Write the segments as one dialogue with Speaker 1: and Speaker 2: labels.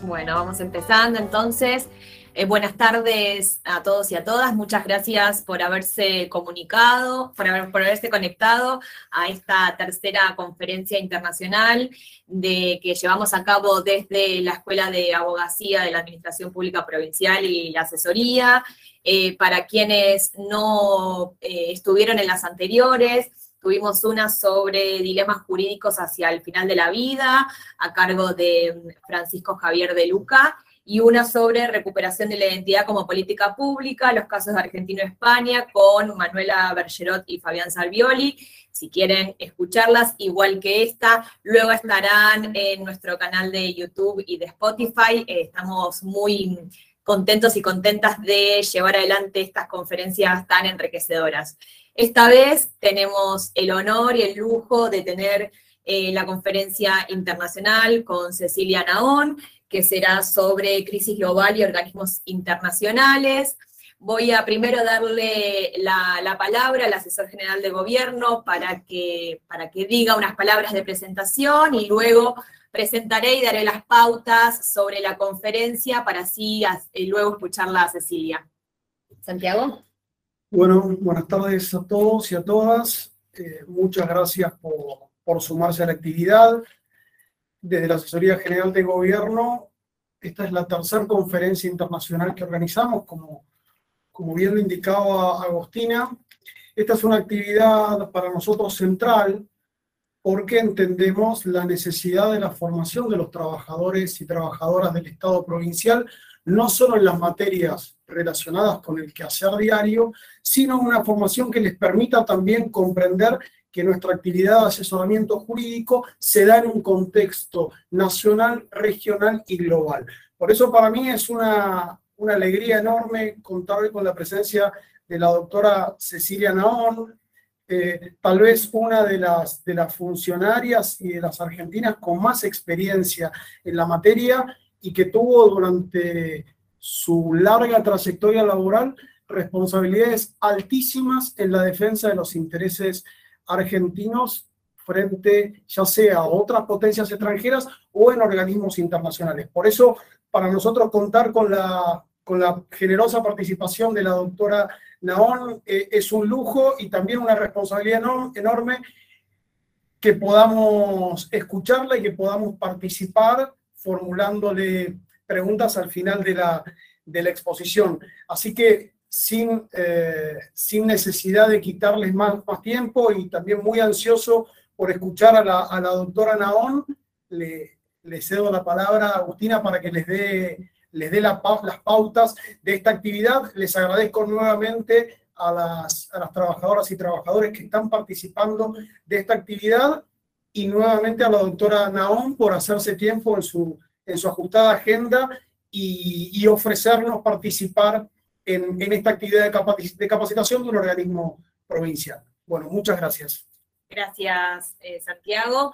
Speaker 1: Bueno, vamos empezando entonces. Buenas tardes a todos y a todas. Muchas gracias por haberse comunicado, por haberse conectado a esta tercera conferencia internacional que llevamos a cabo desde la Escuela de Abogacía de la Administración Pública Provincial y la Asesoría. Para quienes no estuvieron en las anteriores, tuvimos una sobre dilemas jurídicos hacia el final de la vida, a cargo de Francisco Javier de Luca, y una sobre recuperación de la identidad como política pública, los casos de Argentina-España, con Manuela Bergerot y Fabián Salvioli. Si quieren escucharlas, igual que esta, luego estarán en nuestro canal de YouTube y de Spotify. Estamos muy contentos y contentas de llevar adelante estas conferencias tan enriquecedoras. Esta vez tenemos el honor y el lujo de tener la conferencia internacional con Cecilia Nahón, que será sobre crisis global y organismos internacionales. Voy a primero darle la palabra al asesor general de gobierno para que diga unas palabras de presentación, y luego presentaré y daré las pautas sobre la conferencia para así luego escucharla a Cecilia. Santiago.
Speaker 2: Bueno, buenas tardes a todos y a todas. Muchas gracias por sumarse a la actividad. Desde la Asesoría General de Gobierno, esta es la tercera conferencia internacional que organizamos, como bien lo indicaba Agostina. Esta es una actividad para nosotros central porque entendemos la necesidad de la formación de los trabajadores y trabajadoras del Estado provincial, no solo en las materias relacionadas con el quehacer diario, sino una formación que les permita también comprender que nuestra actividad de asesoramiento jurídico se da en un contexto nacional, regional y global. Por eso para mí es una alegría enorme contar hoy con la presencia de la doctora Cecilia Nahón, tal vez una de las funcionarias y de las argentinas con más experiencia en la materia y que tuvo durante su larga trayectoria laboral responsabilidades altísimas en la defensa de los intereses argentinos frente ya sea a otras potencias extranjeras o en organismos internacionales. Por eso, para nosotros contar con la generosa participación de la doctora Nahón es un lujo y también una responsabilidad enorme que podamos escucharla y que podamos participar formulándole preguntas al final de la exposición. Así que sin necesidad de quitarles más tiempo y también muy ansioso por escuchar a la doctora Nahón, le cedo la palabra a Agustina para que les dé las pautas de esta actividad. Les agradezco nuevamente a las trabajadoras y trabajadores que están participando de esta actividad y nuevamente a la doctora Nahón por hacerse tiempo en su ajustada agenda y ofrecernos participar en esta actividad de capacitación de un organismo provincial. Bueno, muchas gracias.
Speaker 1: Gracias, Santiago.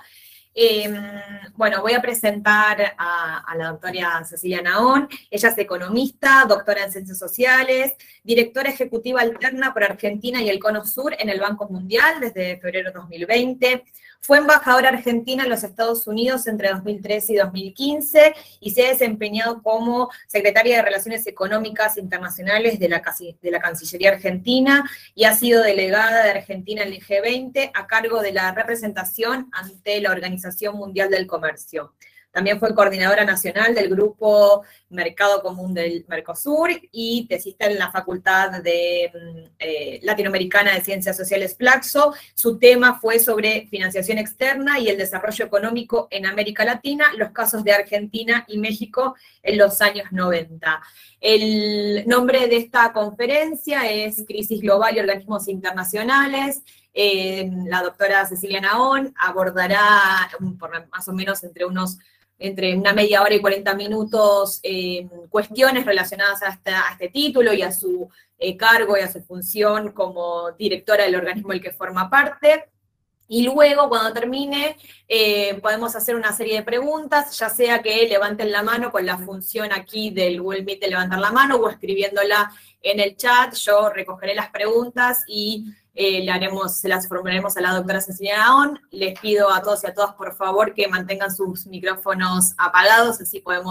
Speaker 1: Bueno, voy a presentar a la doctora Cecilia Nahón. Ella es economista, doctora en Ciencias Sociales, directora ejecutiva alterna por Argentina y el Cono Sur en el Banco Mundial desde febrero de 2020. Fue embajadora argentina en los Estados Unidos entre 2013 y 2015 y se ha desempeñado como secretaria de Relaciones Económicas Internacionales de la Cancillería Argentina y ha sido delegada de Argentina en el G20 a cargo de la representación ante la Organización Mundial del Comercio. También fue coordinadora nacional del Grupo Mercado Común del Mercosur y tesista en la Facultad Latinoamericana de Ciencias Sociales Flaxo. Su tema fue sobre financiación externa y el desarrollo económico en América Latina, los casos de Argentina y México en los años 90. El nombre de esta conferencia es Crisis Global y Organismos Internacionales. La doctora Cecilia Nahón abordará por más o menos entre una media hora y 40 minutos, cuestiones relacionadas a este título y a su cargo y a su función como directora del organismo del que forma parte. Y luego, cuando termine, podemos hacer una serie de preguntas, ya sea que levanten la mano con la función aquí del Google Meet de levantar la mano o escribiéndola en el chat. Yo recogeré las preguntas y se las formularemos a la doctora Cecilia Nahón. Les pido a todos y a todas, por favor, que mantengan sus micrófonos apagados, así podemos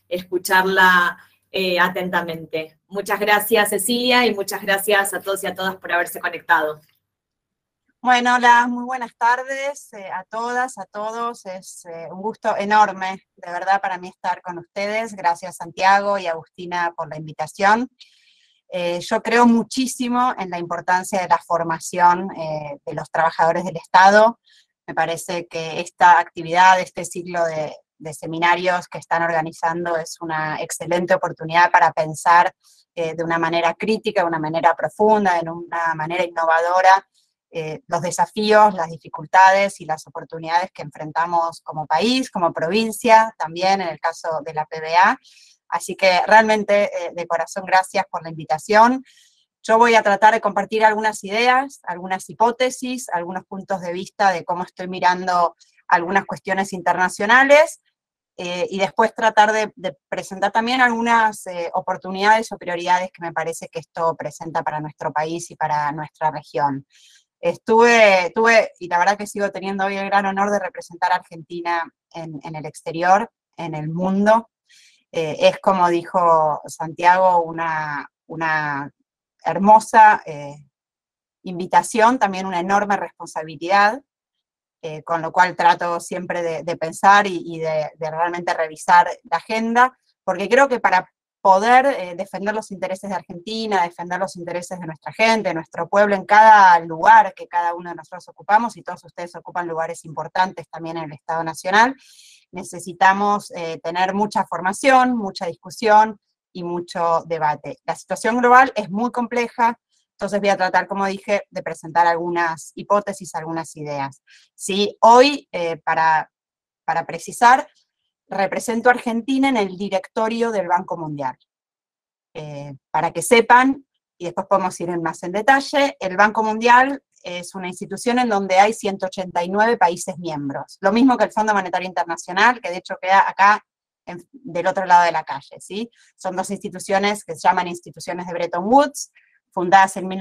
Speaker 1: escucharla atentamente. Muchas gracias, Cecilia, y muchas gracias a todos y a todas por haberse conectado.
Speaker 3: Bueno, hola, muy buenas tardes a todas, a todos. Es un gusto enorme, de verdad, para mí estar con ustedes. Gracias, Santiago y Agustina, por la invitación. Yo creo muchísimo en la importancia de la formación de los trabajadores del Estado. Me parece que esta actividad, este ciclo de seminarios que están organizando es una excelente oportunidad para pensar de una manera crítica, de una manera profunda, de una manera innovadora, los desafíos, las dificultades y las oportunidades que enfrentamos como país, como provincia, también en el caso de la PBA. Así que realmente de corazón gracias por la invitación. Yo voy a tratar de compartir algunas ideas, algunas hipótesis, algunos puntos de vista de cómo estoy mirando algunas cuestiones internacionales y después tratar de presentar también algunas oportunidades o prioridades que me parece que esto presenta para nuestro país y para nuestra región. Tuve, y la verdad que sigo teniendo hoy el gran honor de representar a Argentina en el exterior, en el mundo. Es, como dijo Santiago, una hermosa invitación, también una enorme responsabilidad, con lo cual trato siempre de pensar y de realmente revisar la agenda, porque creo que para poder defender los intereses de Argentina, defender los intereses de nuestra gente, de nuestro pueblo, en cada lugar que cada uno de nosotros ocupamos, y todos ustedes ocupan lugares importantes también en el Estado Nacional, necesitamos tener mucha formación, mucha discusión y mucho debate. La situación global es muy compleja, entonces voy a tratar, como dije, de presentar algunas hipótesis, algunas ideas. ¿Sí? Hoy, para precisar, represento a Argentina en el directorio del Banco Mundial. Para que sepan, y después podemos ir más en detalle, el Banco Mundial es una institución en donde hay 189 países miembros. Lo mismo que el Fondo Monetario Internacional, que de hecho queda acá del otro lado de la calle, ¿sí? Son dos instituciones que se llaman instituciones de Bretton Woods, fundadas en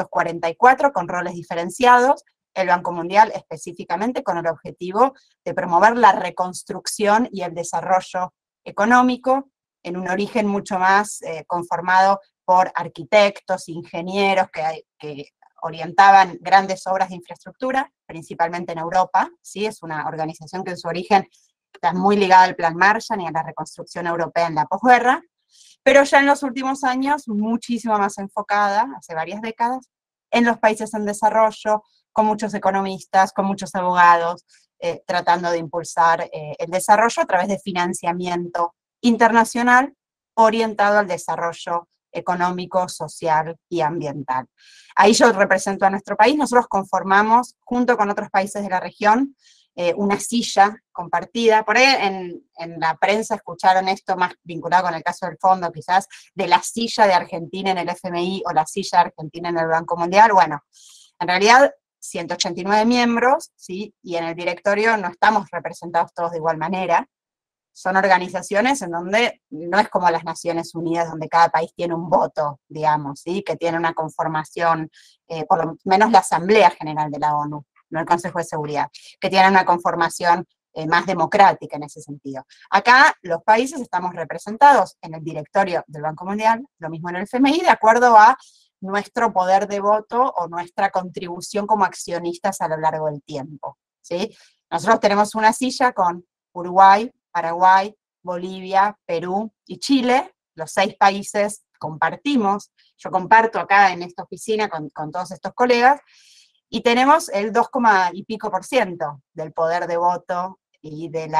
Speaker 3: 1944 con roles diferenciados, el Banco Mundial específicamente con el objetivo de promover la reconstrucción y el desarrollo económico en un origen mucho más conformado por arquitectos, ingenieros que orientaban grandes obras de infraestructura, principalmente en Europa, ¿sí? Es una organización que en su origen está muy ligada al Plan Marshall y a la reconstrucción europea en la posguerra, pero ya en los últimos años muchísimo más enfocada, hace varias décadas, en los países en desarrollo, con muchos economistas, con muchos abogados, tratando de impulsar el desarrollo a través de financiamiento internacional orientado al desarrollo económico, social y ambiental. Ahí yo represento a nuestro país, nosotros conformamos, junto con otros países de la región, una silla compartida. Por ahí en la prensa escucharon esto más vinculado con el caso del fondo, quizás, de la silla de Argentina en el FMI o la silla de Argentina en el Banco Mundial. Bueno, en realidad 189 miembros, ¿sí? Y en el directorio no estamos representados todos de igual manera. Son organizaciones en donde no es como las Naciones Unidas, donde cada país tiene un voto, digamos, ¿sí? Que tiene una conformación, por lo menos la Asamblea General de la ONU, no el Consejo de Seguridad, que tiene una conformación más democrática en ese sentido. Acá los países estamos representados en el directorio del Banco Mundial, lo mismo en el FMI, de acuerdo a nuestro poder de voto o nuestra contribución como accionistas a lo largo del tiempo, ¿sí? Nosotros tenemos una silla con Uruguay, Paraguay, Bolivia, Perú y Chile, los 6 países compartimos, yo comparto acá en esta oficina con todos estos colegas, y tenemos el 2, y pico % del poder de voto y de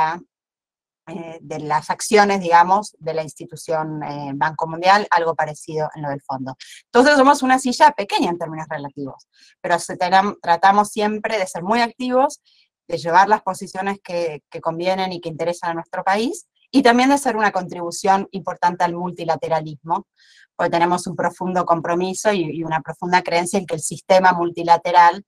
Speaker 3: las acciones, digamos, de la institución Banco Mundial, algo parecido en lo del fondo. Entonces somos una silla pequeña en términos relativos, pero tratamos siempre de ser muy activos, de llevar las posiciones que convienen y que interesan a nuestro país, y también de hacer una contribución importante al multilateralismo, porque tenemos un profundo compromiso y una profunda creencia en que el sistema multilateral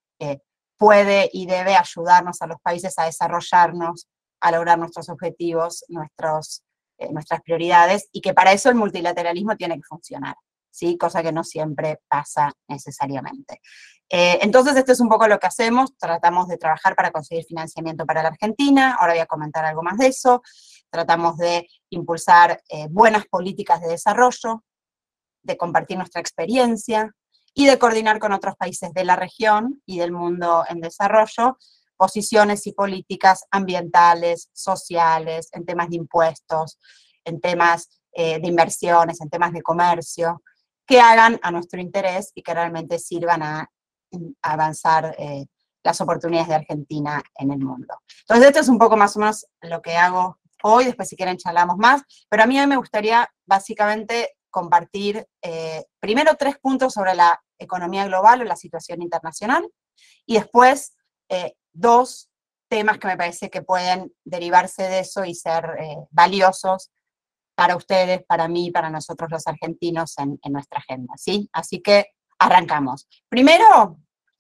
Speaker 3: puede y debe ayudarnos a los países a desarrollarnos, a lograr nuestros objetivos, nuestras prioridades, y que para eso el multilateralismo tiene que funcionar, ¿sí? Cosa que no siempre pasa necesariamente. Entonces, esto es un poco lo que hacemos, tratamos de trabajar para conseguir financiamiento para la Argentina, ahora voy a comentar algo más de eso, tratamos de impulsar buenas políticas de desarrollo, de compartir nuestra experiencia y de coordinar con otros países de la región y del mundo en desarrollo posiciones y políticas ambientales, sociales, en temas de impuestos, en temas de inversiones, en temas de comercio, que hagan a nuestro interés y que realmente sirvan a avanzar las oportunidades de Argentina en el mundo. Entonces, esto es un poco más o menos lo que hago hoy, después si quieren charlamos más, pero a mí me gustaría básicamente compartir primero 3 puntos sobre la economía global o la situación internacional, y después 2 temas que me parece que pueden derivarse de eso y ser valiosos para ustedes, para mí, para nosotros los argentinos en nuestra agenda, ¿sí? Así que arrancamos. Primero,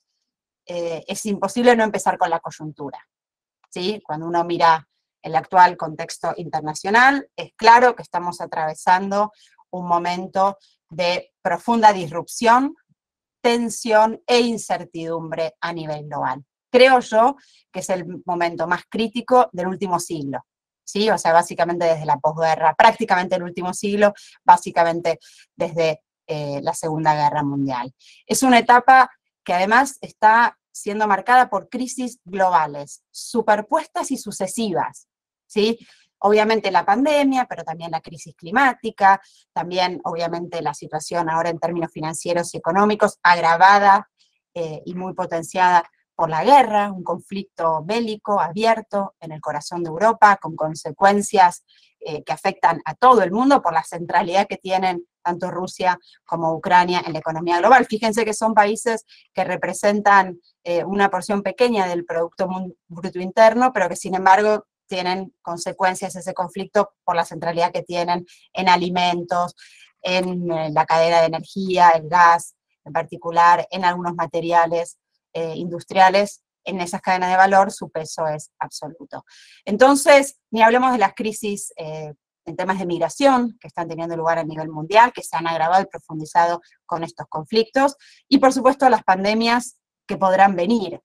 Speaker 3: es imposible no empezar con la coyuntura, ¿sí? Cuando uno mira el actual contexto internacional, es claro que estamos atravesando un momento de profunda disrupción, tensión e incertidumbre a nivel global. Creo yo que es el momento más crítico del último siglo, ¿sí? O sea, básicamente desde la posguerra, prácticamente el último siglo, básicamente desde la Segunda Guerra Mundial. Es una etapa que además está siendo marcada por crisis globales, superpuestas y sucesivas, ¿sí? Obviamente la pandemia, pero también la crisis climática, también obviamente la situación ahora en términos financieros y económicos, agravada y muy potenciada por la guerra, un conflicto bélico abierto en el corazón de Europa, con consecuencias que afectan a todo el mundo por la centralidad que tienen tanto Rusia como Ucrania en la economía global. Fíjense que son países que representan una porción pequeña del Producto Bruto Interno, pero que sin embargo tienen consecuencias ese conflicto por la centralidad que tienen en alimentos, en la cadena de energía, el gas en particular, en algunos materiales industriales. En esas cadenas de valor su peso es absoluto. Entonces, ni hablemos de las crisis en temas de migración que están teniendo lugar a nivel mundial, que se han agravado y profundizado con estos conflictos, y por supuesto las pandemias que podrán venir.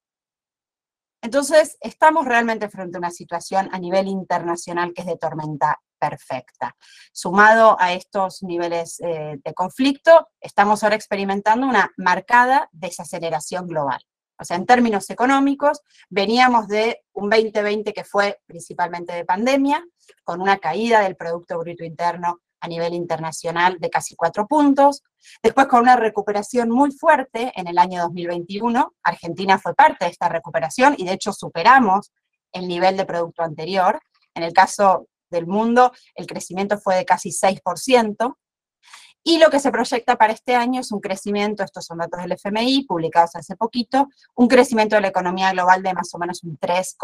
Speaker 3: Entonces, estamos realmente frente a una situación a nivel internacional que es de tormenta perfecta. Sumado a estos niveles de conflicto, estamos ahora experimentando una marcada desaceleración global. O sea, en términos económicos, veníamos de un 2020 que fue principalmente de pandemia, con una caída del Producto Bruto Interno a nivel internacional de casi 4 puntos, después con una recuperación muy fuerte en el año 2021, Argentina fue parte de esta recuperación y de hecho superamos el nivel de producto anterior. En el caso del mundo, el crecimiento fue de casi 6%, y lo que se proyecta para este año es un crecimiento, estos son datos del FMI publicados hace poquito, un crecimiento de la economía global de más o menos un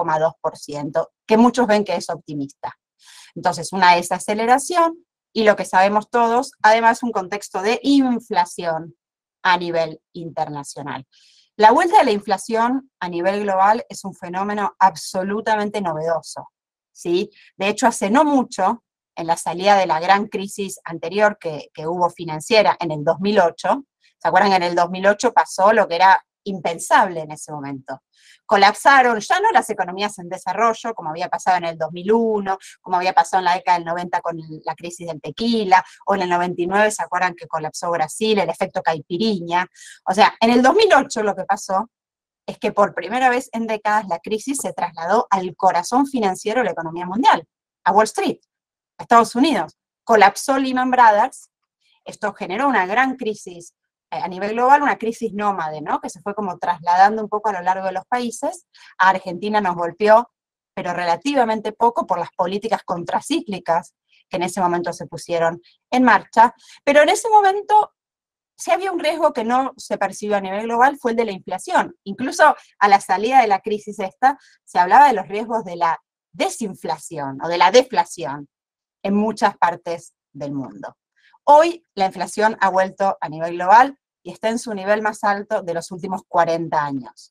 Speaker 3: 3,2%, que muchos ven que es optimista. Entonces, una desaceleración, y lo que sabemos todos, además un contexto de inflación a nivel internacional. La vuelta de la inflación a nivel global es un fenómeno absolutamente novedoso, ¿sí? De hecho, hace no mucho, en la salida de la gran crisis anterior que hubo financiera en el 2008, ¿se acuerdan que en el 2008 pasó lo que era impensable en ese momento? Colapsaron ya no las economías en desarrollo, como había pasado en el 2001, como había pasado en la década del 90 con la crisis del tequila, o en el 99, ¿se acuerdan que colapsó Brasil, el efecto caipiriña? O sea, en el 2008 lo que pasó es que por primera vez en décadas la crisis se trasladó al corazón financiero de la economía mundial, a Wall Street, a Estados Unidos. Colapsó Lehman Brothers, esto generó una gran crisis a nivel global, una crisis nómade, ¿no? Que se fue como trasladando un poco a lo largo de los países. A Argentina nos golpeó, pero relativamente poco por las políticas contracíclicas que en ese momento se pusieron en marcha. Pero en ese momento, si había un riesgo que no se percibió a nivel global, fue el de la inflación. Incluso a la salida de la crisis esta, se hablaba de los riesgos de la desinflación o de la deflación en muchas partes del mundo. Hoy la inflación ha vuelto a nivel global y está en su nivel más alto de los últimos 40 años.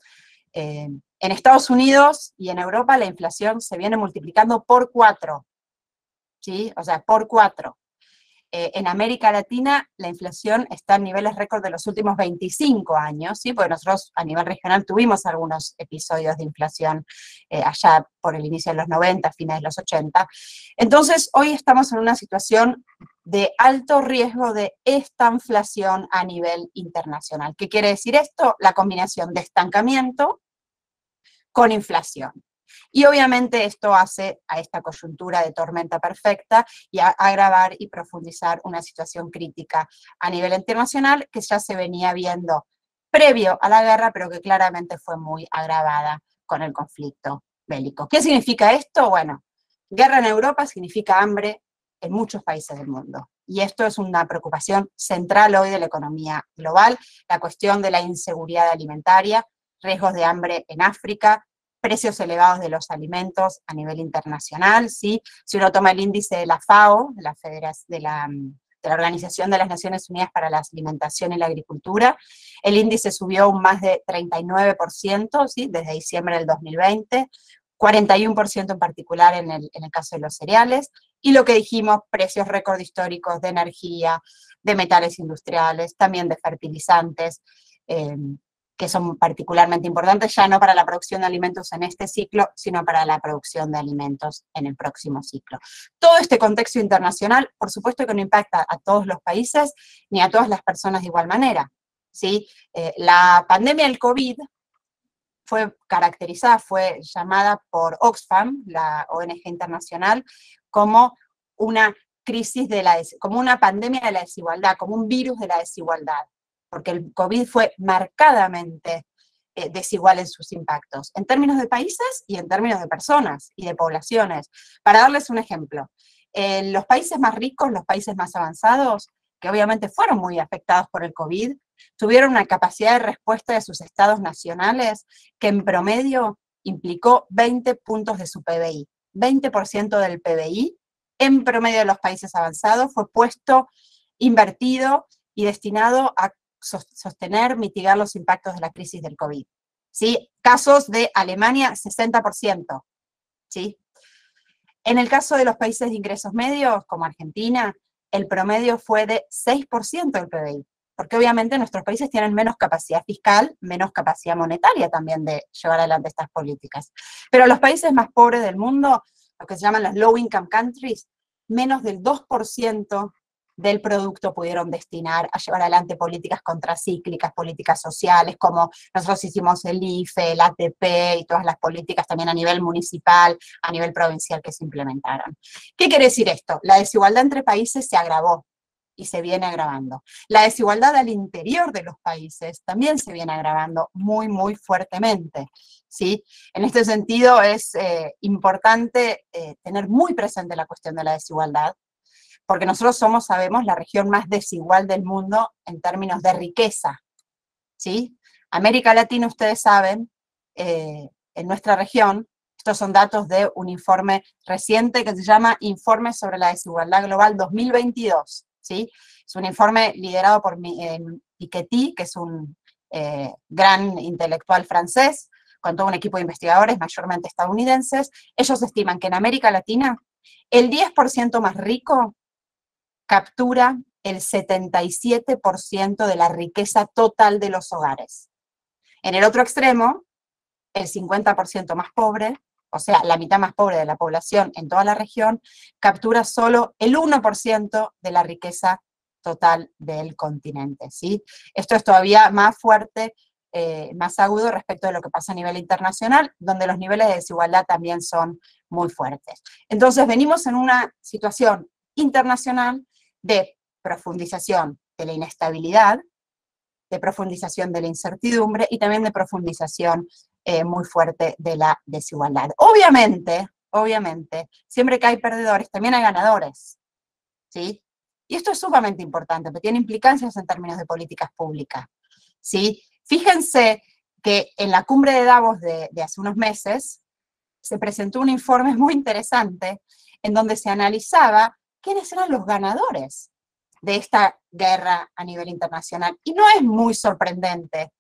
Speaker 3: En Estados Unidos y en Europa la inflación se viene multiplicando por 4, ¿sí? O sea, por 4. En América Latina la inflación está en niveles récord de los últimos 25 años, ¿sí? Porque nosotros a nivel regional tuvimos algunos episodios de inflación allá por el inicio de los 90, fines de los 80. Entonces, hoy estamos en una situación de alto riesgo de estanflación a nivel internacional. ¿Qué quiere decir esto? La combinación de estancamiento con inflación. Y obviamente esto hace a esta coyuntura de tormenta perfecta y a agravar y profundizar una situación crítica a nivel internacional que ya se venía viendo previo a la guerra, pero que claramente fue muy agravada con el conflicto bélico. ¿Qué significa esto? Bueno, guerra en Europa significa hambre en muchos países del mundo. Y esto es una preocupación central hoy de la economía global, la cuestión de la inseguridad alimentaria, riesgos de hambre en África, precios elevados de los alimentos a nivel internacional, ¿sí? Si uno toma el índice de la FAO, de la Organización de las Naciones Unidas para la Alimentación y la Agricultura, el índice subió un más de 39%, ¿sí? Desde diciembre del 2020, 41% en particular en el caso de los cereales, y lo que dijimos, precios récord históricos de energía, de metales industriales, también de fertilizantes, que son particularmente importantes, ya no para la producción de alimentos en este ciclo, sino para la producción de alimentos en el próximo ciclo. Todo este contexto internacional, por supuesto que no impacta a todos los países, ni a todas las personas de igual manera, ¿sí? La pandemia del COVID fue caracterizada, fue llamada por Oxfam, la ONG internacional, como una crisis como una pandemia de la desigualdad, como un virus de la desigualdad, porque el COVID fue marcadamente desigual en sus impactos, en términos de países y en términos de personas y de poblaciones. Para darles un ejemplo, los países más ricos, los países más avanzados, que obviamente fueron muy afectados por el COVID, tuvieron una capacidad de respuesta de sus estados nacionales que en promedio implicó 20 puntos de su PBI. 20% del PBI en promedio de los países avanzados fue puesto, invertido y destinado a sostener, mitigar los impactos de la crisis del COVID. ¿Sí? Casos de Alemania, 60%. ¿Sí? En el caso de los países de ingresos medios, como Argentina, el promedio fue de 6% del PBI, porque obviamente nuestros países tienen menos capacidad fiscal, menos capacidad monetaria también de llevar adelante estas políticas. Pero los países más pobres del mundo, lo que se llaman los low income countries, menos del 2% del producto pudieron destinar a llevar adelante políticas contracíclicas, políticas sociales, como nosotros hicimos el IFE, el ATP y todas las políticas también a nivel municipal, a nivel provincial que se implementaron. ¿Qué quiere decir esto? La desigualdad entre países se agravó y se viene agravando. La desigualdad al interior de los países también se viene agravando muy, muy fuertemente, ¿sí? En este sentido es importante tener muy presente la cuestión de la desigualdad, porque nosotros somos, sabemos, la región más desigual del mundo en términos de riqueza, ¿sí? América Latina, ustedes saben, en nuestra región, estos son datos de un informe reciente que se llama Informe sobre la Desigualdad Global 2022, ¿sí? Es un informe liderado por Piketty, que es un gran intelectual francés, con todo un equipo de investigadores, mayormente estadounidenses. Ellos estiman que en América Latina el 10% más rico captura el 77% de la riqueza total de los hogares. En el otro extremo, el 50% más pobre, o sea, la mitad más pobre de la población en toda la región, captura solo el 1% de la riqueza total del continente, ¿sí? Esto es todavía más fuerte, más agudo respecto de lo que pasa a nivel internacional, donde los niveles de desigualdad también son muy fuertes. Entonces, venimos en una situación internacional de profundización de la inestabilidad, de profundización de la incertidumbre y también de profundización muy fuerte de la desigualdad. Obviamente, siempre que hay perdedores, también hay ganadores, ¿sí? Y esto es sumamente importante, porque tiene implicancias en términos de políticas públicas, ¿sí? Fíjense que en la cumbre de Davos de hace unos meses se presentó un informe muy interesante en donde se analizaba quiénes eran los ganadores de esta guerra a nivel internacional. Y no es muy sorprendente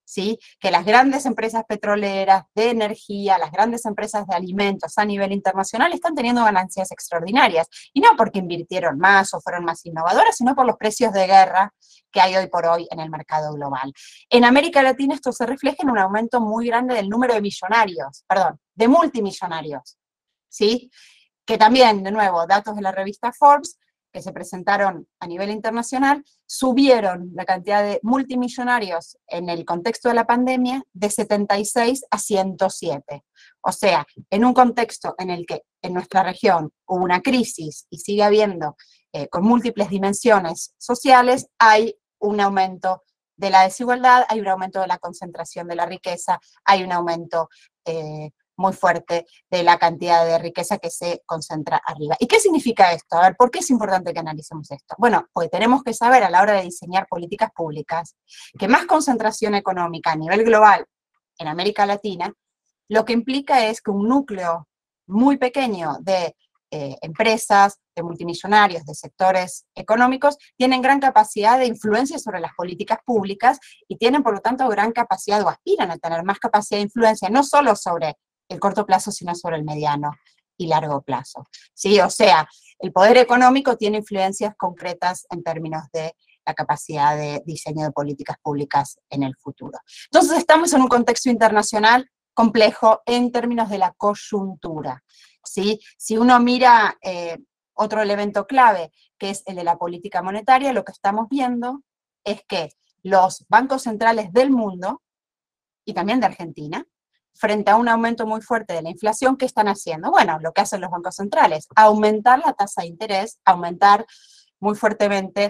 Speaker 3: ¿sí? Que las grandes empresas petroleras, de energía, las grandes empresas de alimentos a nivel internacional están teniendo ganancias extraordinarias. Y no porque invirtieron más o fueron más innovadoras, sino por los precios de guerra que hay hoy por hoy en el mercado global. En América Latina esto se refleja en un aumento muy grande del número de millonarios, perdón, de multimillonarios, ¿sí? Que también, de nuevo, datos de la revista Forbes, que se presentaron a nivel internacional, subieron la cantidad de multimillonarios en el contexto de la pandemia de 76 a 107. O sea, en un contexto en el que en nuestra región hubo una crisis y sigue habiendo con múltiples dimensiones sociales, hay un aumento de la desigualdad, hay un aumento de la concentración de la riqueza, hay un aumento muy fuerte de la cantidad de riqueza que se concentra arriba. ¿Y qué significa esto? A ver, ¿por qué es importante que analicemos esto? Bueno, porque tenemos que saber a la hora de diseñar políticas públicas que más concentración económica a nivel global en América Latina, lo que implica es que un núcleo muy pequeño de empresas, de multimillonarios, de sectores económicos, tienen gran capacidad de influencia sobre las políticas públicas y tienen, por lo tanto, gran capacidad o aspiran a tener más capacidad de influencia, no solo sobre el corto plazo, sino sobre el mediano y largo plazo, ¿sí? O sea, el poder económico tiene influencias concretas en términos de la capacidad de diseño de políticas públicas en el futuro. Entonces, estamos en un contexto internacional complejo en términos de la coyuntura, ¿sí? Si uno mira otro elemento clave, que es el de la política monetaria, lo que estamos viendo es que los bancos centrales del mundo, y también de Argentina, frente a un aumento muy fuerte de la inflación, ¿qué están haciendo? Bueno, lo que hacen los bancos centrales, aumentar la tasa de interés, aumentar muy fuertemente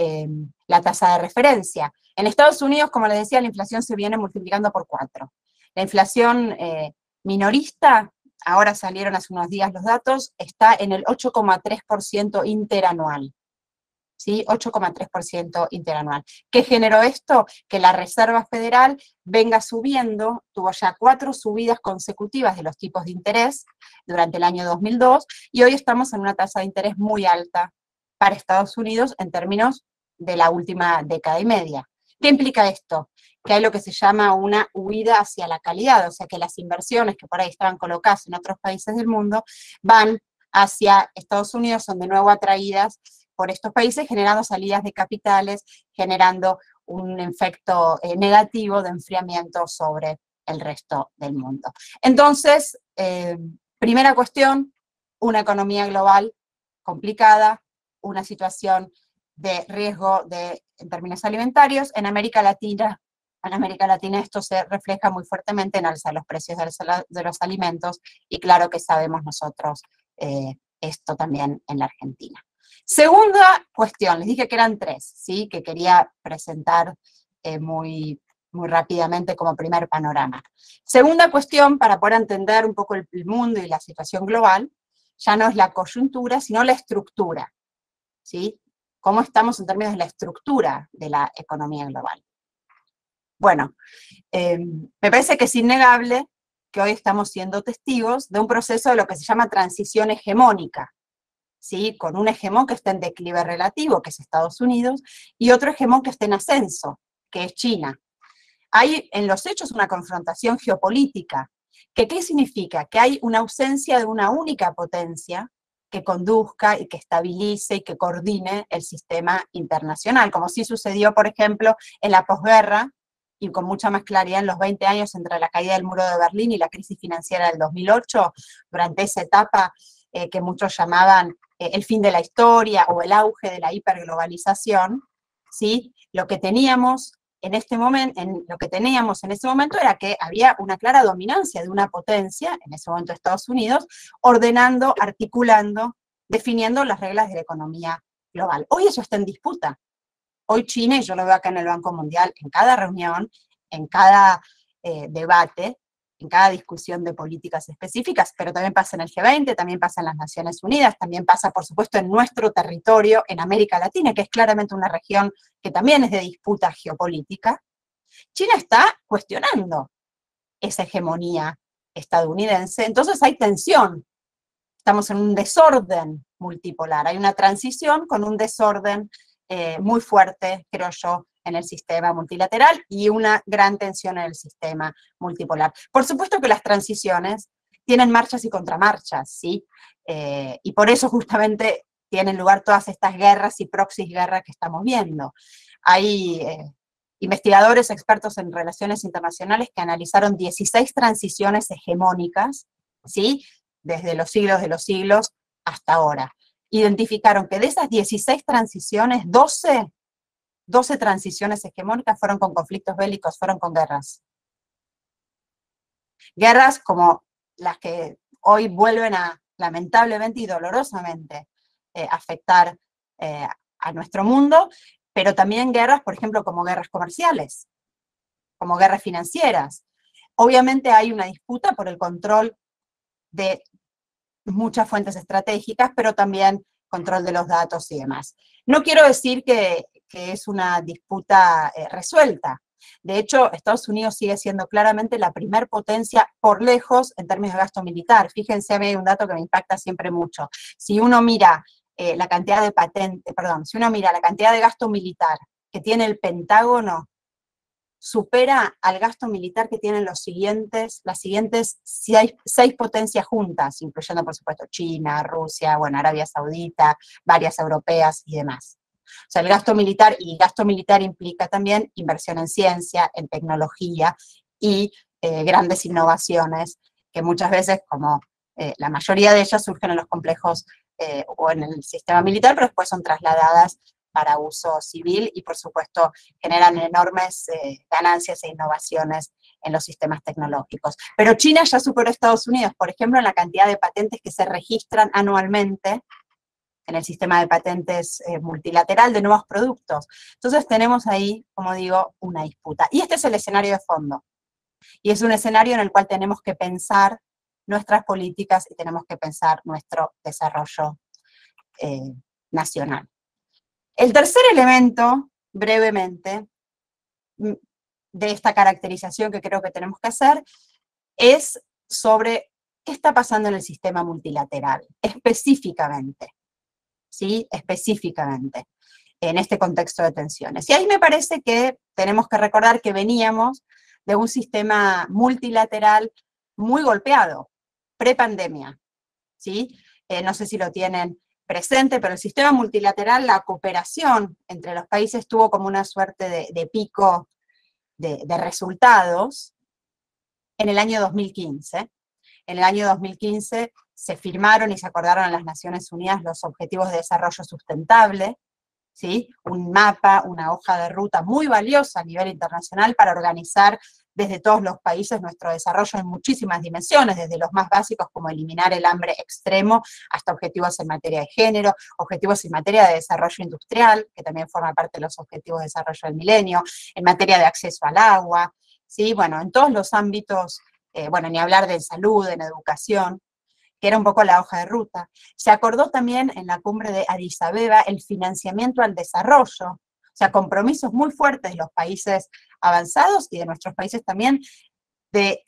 Speaker 3: la tasa de referencia. En Estados Unidos, como les decía, la inflación se viene multiplicando por 4. La inflación minorista, ahora salieron hace unos días los datos, está en el 8,3% interanual. ¿Sí? 8,3% interanual. ¿Qué generó esto? Que la Reserva Federal venga subiendo, tuvo ya 4 subidas consecutivas de los tipos de interés durante el año 2002, y hoy estamos en una tasa de interés muy alta para Estados Unidos en términos de la última década y media. ¿Qué implica esto? Que hay lo que se llama una huida hacia la calidad, o sea que las inversiones que por ahí estaban colocadas en otros países del mundo van hacia Estados Unidos, son de nuevo atraídas por estos países, generando salidas de capitales, generando un efecto negativo de enfriamiento sobre el resto del mundo. Entonces, primera cuestión, una economía global complicada, una situación de riesgo en términos alimentarios. En América Latina esto se refleja muy fuertemente en alza de los precios de los alimentos, y claro que sabemos nosotros esto también en la Argentina. Segunda cuestión, les dije que eran 3, ¿sí? Que quería presentar muy rápidamente como primer panorama. Segunda cuestión, para poder entender un poco el mundo y la situación global, ya no es la coyuntura, sino la estructura, ¿sí? ¿Cómo estamos en términos de la estructura de la economía global? Bueno, me parece que es innegable que hoy estamos siendo testigos de un proceso de lo que se llama transición hegemónica, ¿sí? Con un hegemón que está en declive relativo, que es Estados Unidos, y otro hegemón que está en ascenso, que es China. Hay en los hechos una confrontación geopolítica. ¿Qué significa? Que hay una ausencia de una única potencia que conduzca y que estabilice y que coordine el sistema internacional, como sí sucedió, por ejemplo, en la posguerra, y con mucha más claridad en los 20 años entre la caída del muro de Berlín y la crisis financiera del 2008, durante esa etapa que muchos llamaban el fin de la historia o el auge de la hiperglobalización, ¿sí? Lo que teníamos en ese momento era que había una clara dominancia de una potencia, en ese momento Estados Unidos, ordenando, articulando, definiendo las reglas de la economía global. Hoy eso está en disputa. Hoy China, y yo lo veo acá en el Banco Mundial, en cada reunión, en cada debate, en cada discusión de políticas específicas, pero también pasa en el G20, también pasa en las Naciones Unidas, también pasa, por supuesto, en nuestro territorio, en América Latina, que es claramente una región que también es de disputa geopolítica. China está cuestionando esa hegemonía estadounidense, entonces hay tensión. Estamos en un desorden multipolar, hay una transición con un desorden muy fuerte, creo yo, en el sistema multilateral y una gran tensión en el sistema multipolar. Por supuesto que las transiciones tienen marchas y contramarchas, ¿sí? Y por eso justamente tienen lugar todas estas guerras y proxy guerras que estamos viendo. Hay investigadores expertos en relaciones internacionales que analizaron 16 transiciones hegemónicas, ¿sí? Desde los siglos de los siglos hasta ahora. Identificaron que de esas 16 transiciones, 12 transiciones hegemónicas fueron con conflictos bélicos, fueron con guerras. Guerras como las que hoy vuelven a, lamentablemente y dolorosamente, afectar a nuestro mundo, pero también guerras, por ejemplo, como guerras comerciales, como guerras financieras. Obviamente hay una disputa por el control de muchas fuentes estratégicas, pero también control de los datos y demás. No quiero decir que es una disputa resuelta. De hecho, Estados Unidos sigue siendo claramente la primer potencia por lejos en términos de gasto militar. Fíjense, a mí hay un dato que me impacta siempre mucho. Si uno mira la cantidad de si uno mira la cantidad de gasto militar que tiene el Pentágono, supera al gasto militar que tienen las siguientes 6 potencias juntas, incluyendo, por supuesto, China, Rusia, bueno, Arabia Saudita, varias europeas y demás. O sea, el gasto militar implica también inversión en ciencia, en tecnología y grandes innovaciones que muchas veces, como la mayoría de ellas, surgen en los complejos o en el sistema militar, pero después son trasladadas para uso civil y, por supuesto, generan enormes ganancias e innovaciones en los sistemas tecnológicos. Pero China ya superó a Estados Unidos, por ejemplo, en la cantidad de patentes que se registran anualmente en el sistema de patentes multilateral de nuevos productos. Entonces tenemos ahí, como digo, una disputa. Y este es el escenario de fondo. Y es un escenario en el cual tenemos que pensar nuestras políticas y tenemos que pensar nuestro desarrollo nacional. El tercer elemento, brevemente, de esta caracterización que creo que tenemos que hacer, es sobre qué está pasando en el sistema multilateral, específicamente, ¿sí? Específicamente, en este contexto de tensiones. Y ahí me parece que tenemos que recordar que veníamos de un sistema multilateral muy golpeado, prepandemia, ¿sí? No sé si lo tienen presente, pero el sistema multilateral, la cooperación entre los países tuvo como una suerte de pico de resultados en el año 2015. En el año 2015 se firmaron y se acordaron en las Naciones Unidas los Objetivos de Desarrollo Sustentable, ¿sí? Un mapa, una hoja de ruta muy valiosa a nivel internacional para organizar desde todos los países nuestro desarrollo en muchísimas dimensiones, desde los más básicos como eliminar el hambre extremo, hasta objetivos en materia de género, objetivos en materia de desarrollo industrial, que también forma parte de los objetivos de desarrollo del milenio, en materia de acceso al agua, ¿sí? Bueno, en todos los ámbitos, bueno, ni hablar de salud, en educación, que era un poco la hoja de ruta. Se acordó también en la cumbre de Addis Abeba el financiamiento al desarrollo, o sea, compromisos muy fuertes de los países avanzados y de nuestros países también de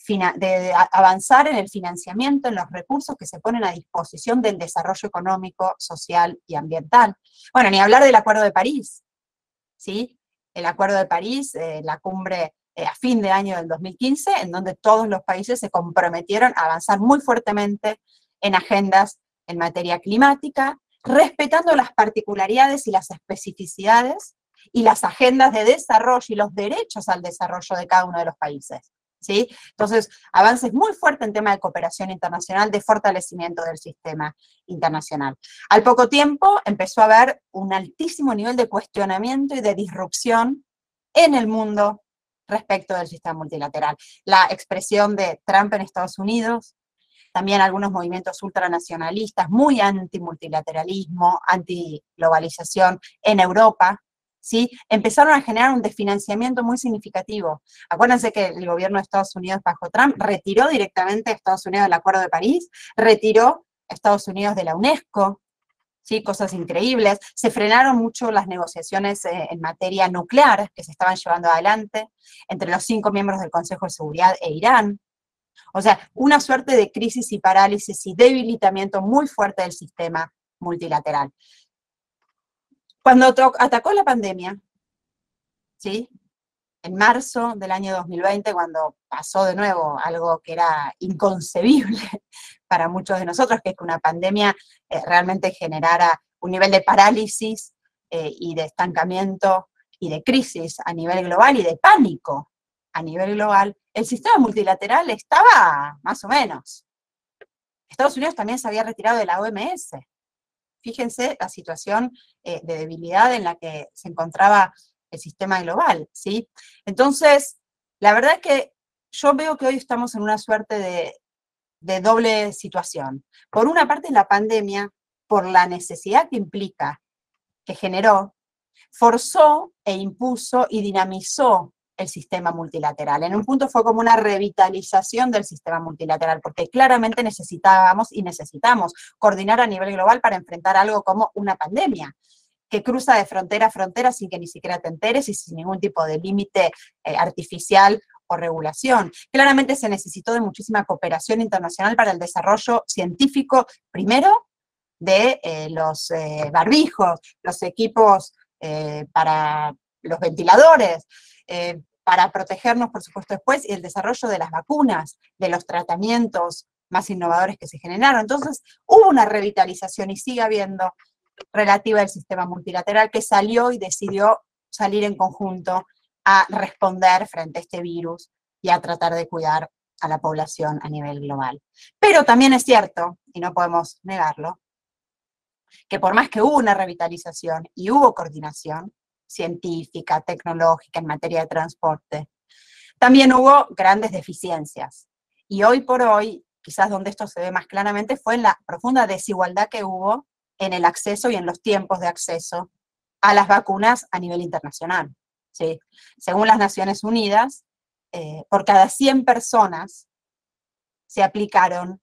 Speaker 3: avanzar en el financiamiento, en los recursos que se ponen a disposición del desarrollo económico, social y ambiental. Bueno, ni hablar del Acuerdo de París, ¿sí? El Acuerdo de París, la cumbre a fin de año del 2015, en donde todos los países se comprometieron a avanzar muy fuertemente en agendas en materia climática, respetando las particularidades y las especificidades y las agendas de desarrollo y los derechos al desarrollo de cada uno de los países, ¿sí? Entonces, avances muy fuertes en tema de cooperación internacional, de fortalecimiento del sistema internacional. Al poco tiempo empezó a haber un altísimo nivel de cuestionamiento y de disrupción en el mundo respecto del sistema multilateral. La expresión de Trump en Estados Unidos, también algunos movimientos ultranacionalistas, muy anti-multilateralismo, anti-globalización en Europa, ¿sí? Empezaron a generar un desfinanciamiento muy significativo. Acuérdense que el gobierno de Estados Unidos bajo Trump retiró directamente a Estados Unidos del Acuerdo de París, retiró a Estados Unidos de la UNESCO, ¿sí? Cosas increíbles. Se frenaron mucho las negociaciones en materia nuclear que se estaban llevando adelante entre los 5 miembros del Consejo de Seguridad e Irán. O sea, una suerte de crisis y parálisis y debilitamiento muy fuerte del sistema multilateral. Cuando atacó la pandemia, ¿sí? En marzo del año 2020, cuando pasó de nuevo algo que era inconcebible para muchos de nosotros, que es que una pandemia realmente generara un nivel de parálisis y de estancamiento y de crisis a nivel global y de pánico a nivel global, el sistema multilateral estaba más o menos. Estados Unidos también se había retirado de la OMS. Fíjense la situación de debilidad en la que se encontraba el sistema global, ¿sí? Entonces, la verdad es que yo veo que hoy estamos en una suerte de doble situación. Por una parte, la pandemia, por la necesidad que implica, que generó, forzó e impuso y dinamizó el sistema multilateral. En un punto fue como una revitalización del sistema multilateral, porque claramente necesitábamos y necesitamos coordinar a nivel global para enfrentar algo como una pandemia, que cruza de frontera a frontera sin que ni siquiera te enteres y sin ningún tipo de límite artificial o regulación. Claramente se necesitó de muchísima cooperación internacional para el desarrollo científico, primero, de los barbijos, los equipos para los ventiladores, para protegernos, por supuesto, después, y el desarrollo de las vacunas, de los tratamientos más innovadores que se generaron. Entonces, hubo una revitalización y sigue habiendo relativa al sistema multilateral que salió y decidió salir en conjunto a responder frente a este virus y a tratar de cuidar a la población a nivel global. Pero también es cierto, y no podemos negarlo, que por más que hubo una revitalización y hubo coordinación científica, tecnológica en materia de transporte, también hubo grandes deficiencias. Y hoy por hoy, quizás donde esto se ve más claramente, fue en la profunda desigualdad que hubo en el acceso y en los tiempos de acceso a las vacunas a nivel internacional. ¿Sí? Según las Naciones Unidas, por cada 100 personas se aplicaron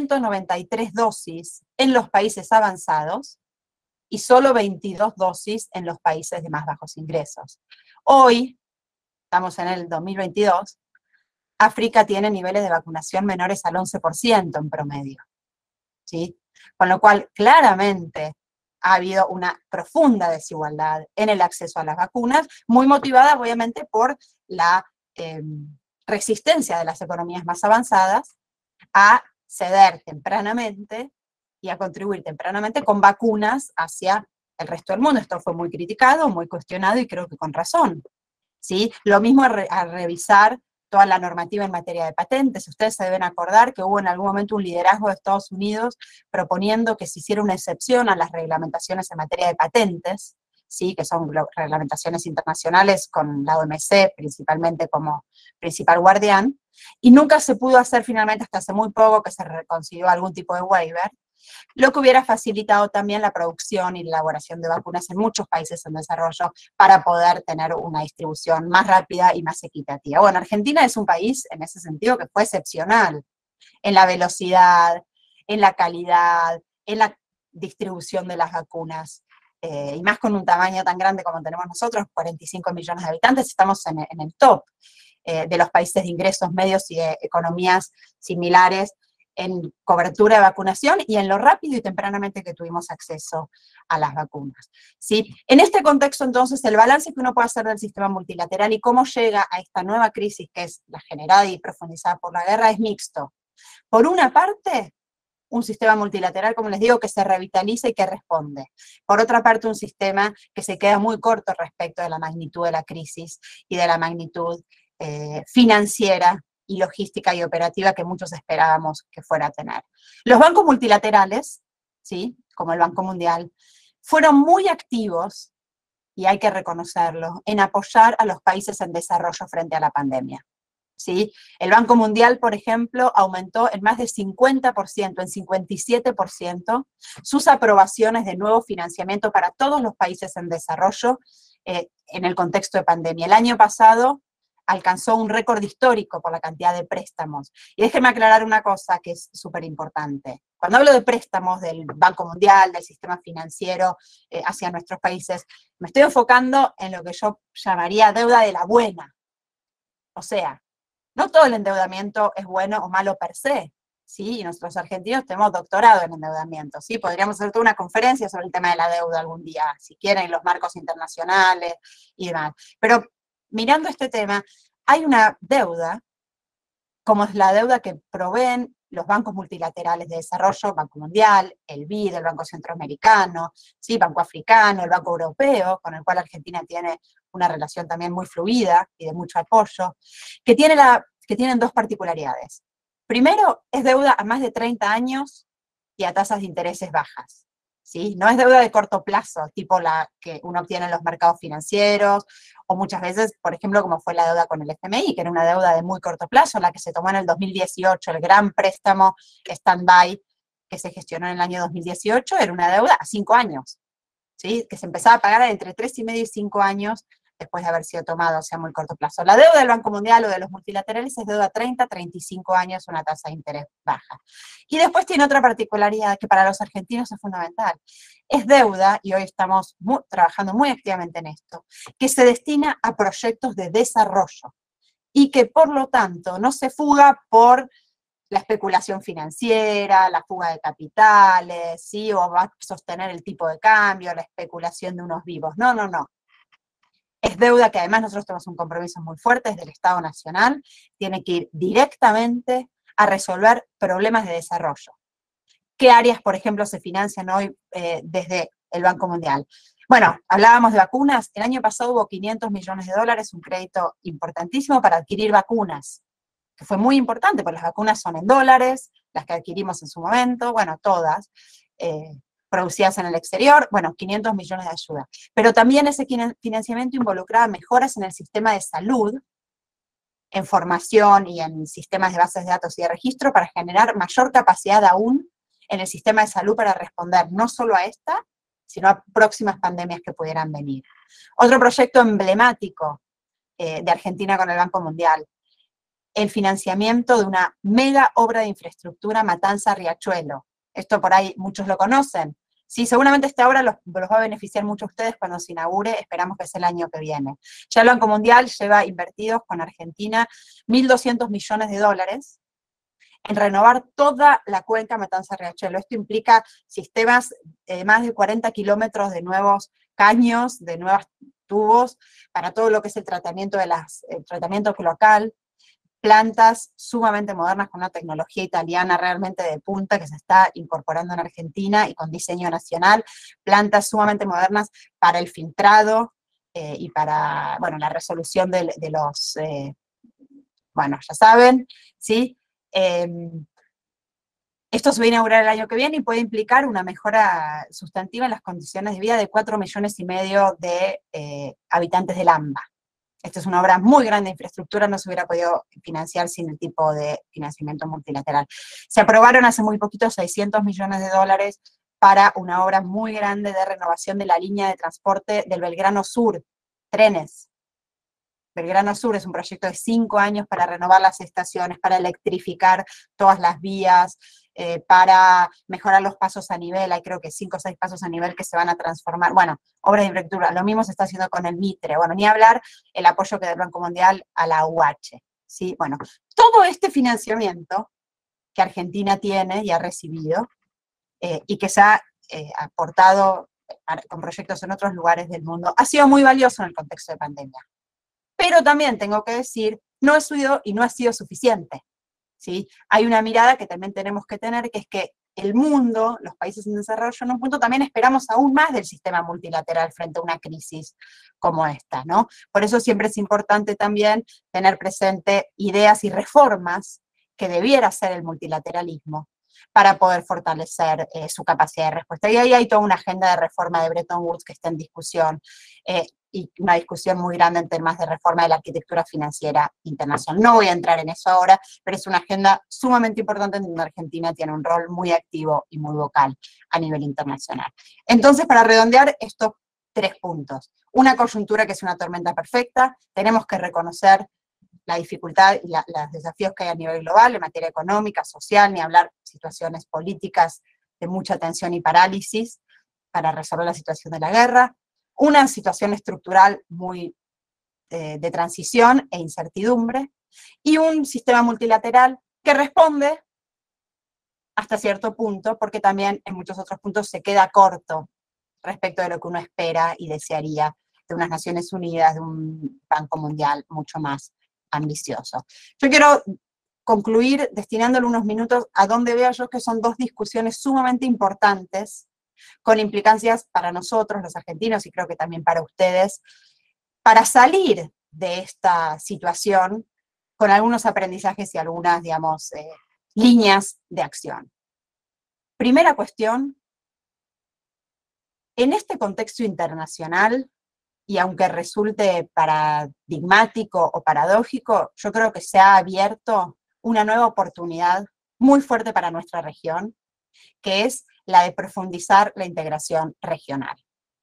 Speaker 3: 193 dosis en los países avanzados y solo 22 dosis en los países de más bajos ingresos. Hoy, estamos en el 2022, África tiene niveles de vacunación menores al 11% en promedio, ¿sí? Con lo cual, claramente, ha habido una profunda desigualdad en el acceso a las vacunas, muy motivada, obviamente, por la resistencia de las economías más avanzadas a ceder tempranamente y a contribuir tempranamente con vacunas hacia el resto del mundo. Esto fue muy criticado, muy cuestionado y creo que con razón, ¿sí? Lo mismo a revisar toda la normativa en materia de patentes. Ustedes se deben acordar que hubo en algún momento un liderazgo de Estados Unidos proponiendo que se hiciera una excepción a las reglamentaciones en materia de patentes, ¿sí? Que son reglamentaciones internacionales con la OMC principalmente como principal guardián, y nunca se pudo hacer finalmente hasta hace muy poco que se consiguió algún tipo de waiver, lo que hubiera facilitado también la producción y la elaboración de vacunas en muchos países en desarrollo para poder tener una distribución más rápida y más equitativa. Bueno, Argentina es un país en ese sentido que fue excepcional en la velocidad, en la calidad, en la distribución de las vacunas. Y más con un tamaño tan grande como tenemos nosotros, 45 millones de habitantes, estamos en el top de los países de ingresos medios y de economías similares en cobertura de vacunación y en lo rápido y tempranamente que tuvimos acceso a las vacunas, ¿sí? En este contexto, entonces, el balance que uno puede hacer del sistema multilateral y cómo llega a esta nueva crisis, que es la generada y profundizada por la guerra, es mixto. Por una parte, un sistema multilateral, como les digo, que se revitaliza y que responde. Por otra parte, un sistema que se queda muy corto respecto de la magnitud de la crisis y de la magnitud financiera y logística y operativa que muchos esperábamos que fuera a tener. Los bancos multilaterales, ¿sí? Como el Banco Mundial, fueron muy activos, y hay que reconocerlo, en apoyar a los países en desarrollo frente a la pandemia, ¿sí? El Banco Mundial, por ejemplo, aumentó en más de 50%, en 57%, sus aprobaciones de nuevo financiamiento para todos los países en desarrollo en el contexto de pandemia. El año pasado alcanzó un récord histórico por la cantidad de préstamos. Y déjenme aclarar una cosa que es súper importante. Cuando hablo de préstamos del Banco Mundial, del sistema financiero hacia nuestros países, me estoy enfocando en lo que yo llamaría deuda de la buena. O sea, no todo el endeudamiento es bueno o malo per se, ¿sí? Y nosotros argentinos tenemos doctorado en endeudamiento, ¿sí? Podríamos hacer toda una conferencia sobre el tema de la deuda algún día, si quieren, los marcos internacionales y demás. Pero mirando este tema, hay una deuda, como es la deuda que proveen los bancos multilaterales de desarrollo, Banco Mundial, el BID, el Banco Centroamericano, ¿sí? Banco Africano, el Banco Europeo, con el cual Argentina tiene una relación también muy fluida y de mucho apoyo, que tienen dos particularidades. Primero, es deuda a más de 30 años y a tasas de intereses bajas. ¿Sí? No es deuda de corto plazo, tipo la que uno obtiene en los mercados financieros, o muchas veces, por ejemplo, como fue la deuda con el FMI, que era una deuda de muy corto plazo, la que se tomó en el 2018, el gran préstamo stand-by que se gestionó en el año 2018, era una deuda a 5 años, ¿sí? Que se empezaba a pagar entre 3,5 y 5 años después de haber sido tomado, o sea, muy corto plazo. La deuda del Banco Mundial o de los multilaterales es deuda a 30, 35 años, una tasa de interés baja. Y después tiene otra particularidad que para los argentinos es fundamental. Es deuda, y hoy estamos trabajando muy activamente en esto, que se destina a proyectos de desarrollo y que por lo tanto no se fuga por la especulación financiera, la fuga de capitales, ¿sí? O va a sostener el tipo de cambio, la especulación de unos vivos. No, no, no. Es deuda que además nosotros tenemos un compromiso muy fuerte desde el Estado Nacional, tiene que ir directamente a resolver problemas de desarrollo. ¿Qué áreas, por ejemplo, se financian hoy desde el Banco Mundial? Bueno, hablábamos de vacunas, el año pasado hubo 500 millones de dólares, un crédito importantísimo para adquirir vacunas, que fue muy importante, porque las vacunas son en dólares, las que adquirimos en su momento, bueno, todas, producidas en el exterior, bueno, 500 millones de ayuda. Pero también ese financiamiento involucraba mejoras en el sistema de salud, en formación y en sistemas de bases de datos y de registro para generar mayor capacidad aún en el sistema de salud para responder no solo a esta, sino a próximas pandemias que pudieran venir. Otro proyecto emblemático de Argentina con el Banco Mundial, el financiamiento de una mega obra de infraestructura Matanza-Riachuelo. Esto por ahí muchos lo conocen. Sí, seguramente esta obra los va a beneficiar mucho a ustedes cuando se inaugure, esperamos que sea el año que viene. Ya el Banco Mundial lleva invertidos con Argentina 1.200 millones de dólares en renovar toda la cuenca Matanza-Riachuelo. Esto implica sistemas de más de 40 kilómetros de nuevos caños, de nuevos tubos, para todo lo que es el tratamiento cloacal, plantas sumamente modernas con una tecnología italiana realmente de punta que se está incorporando en Argentina y con diseño nacional, plantas sumamente modernas para el filtrado y para, bueno, la resolución de los, bueno, ya saben, ¿sí? Esto se va a inaugurar el año que viene y puede implicar una mejora sustantiva en las condiciones de vida de 4,5 millones de habitantes del AMBA. Esta es una obra muy grande de infraestructura, no se hubiera podido financiar sin el tipo de financiamiento multilateral. Se aprobaron hace muy poquito 600 millones de dólares para una obra muy grande de renovación de la línea de transporte del Belgrano Sur, trenes. Belgrano Sur es un proyecto de 5 años para renovar las estaciones, para electrificar todas las vías, para mejorar los pasos a nivel, hay creo que 5 o 6 pasos a nivel que se van a transformar, bueno, obras de infraestructura, lo mismo se está haciendo con el Mitre, bueno, ni hablar el apoyo que da el Banco Mundial a la UH, ¿sí? Bueno, todo este financiamiento que Argentina tiene y ha recibido, y que se ha aportado con proyectos en otros lugares del mundo, ha sido muy valioso en el contexto de pandemia. Pero también tengo que decir, no ha sido y no ha sido suficiente, ¿sí? Hay una mirada que también tenemos que tener, que es que el mundo, los países en desarrollo, en un punto también esperamos aún más del sistema multilateral frente a una crisis como esta, ¿no? Por eso siempre es importante también tener presente ideas y reformas que debiera ser el multilateralismo para poder fortalecer su capacidad de respuesta. Y ahí hay toda una agenda de reforma de Bretton Woods que está en discusión, y una discusión muy grande en temas de reforma de la arquitectura financiera internacional. No voy a entrar en eso ahora, pero es una agenda sumamente importante en donde Argentina tiene un rol muy activo y muy vocal a nivel internacional. Entonces, para redondear estos 3 puntos, una coyuntura que es una tormenta perfecta, tenemos que reconocer la dificultad y los desafíos que hay a nivel global en materia económica, social, ni hablar situaciones políticas de mucha tensión y parálisis para resolver la situación de la guerra, una situación estructural muy de transición e incertidumbre, y un sistema multilateral que responde hasta cierto punto, porque también en muchos otros puntos se queda corto respecto de lo que uno espera y desearía de unas Naciones Unidas, de un Banco Mundial mucho más ambicioso. Yo quiero concluir destinándole unos minutos a donde veo yo que son dos discusiones sumamente importantes, con implicancias para nosotros, los argentinos, y creo que también para ustedes, para salir de esta situación con algunos aprendizajes y algunas, digamos, líneas de acción. Primera cuestión, en este contexto internacional, y aunque resulte paradigmático o paradójico, yo creo que se ha abierto una nueva oportunidad muy fuerte para nuestra región, que es la de profundizar la integración regional.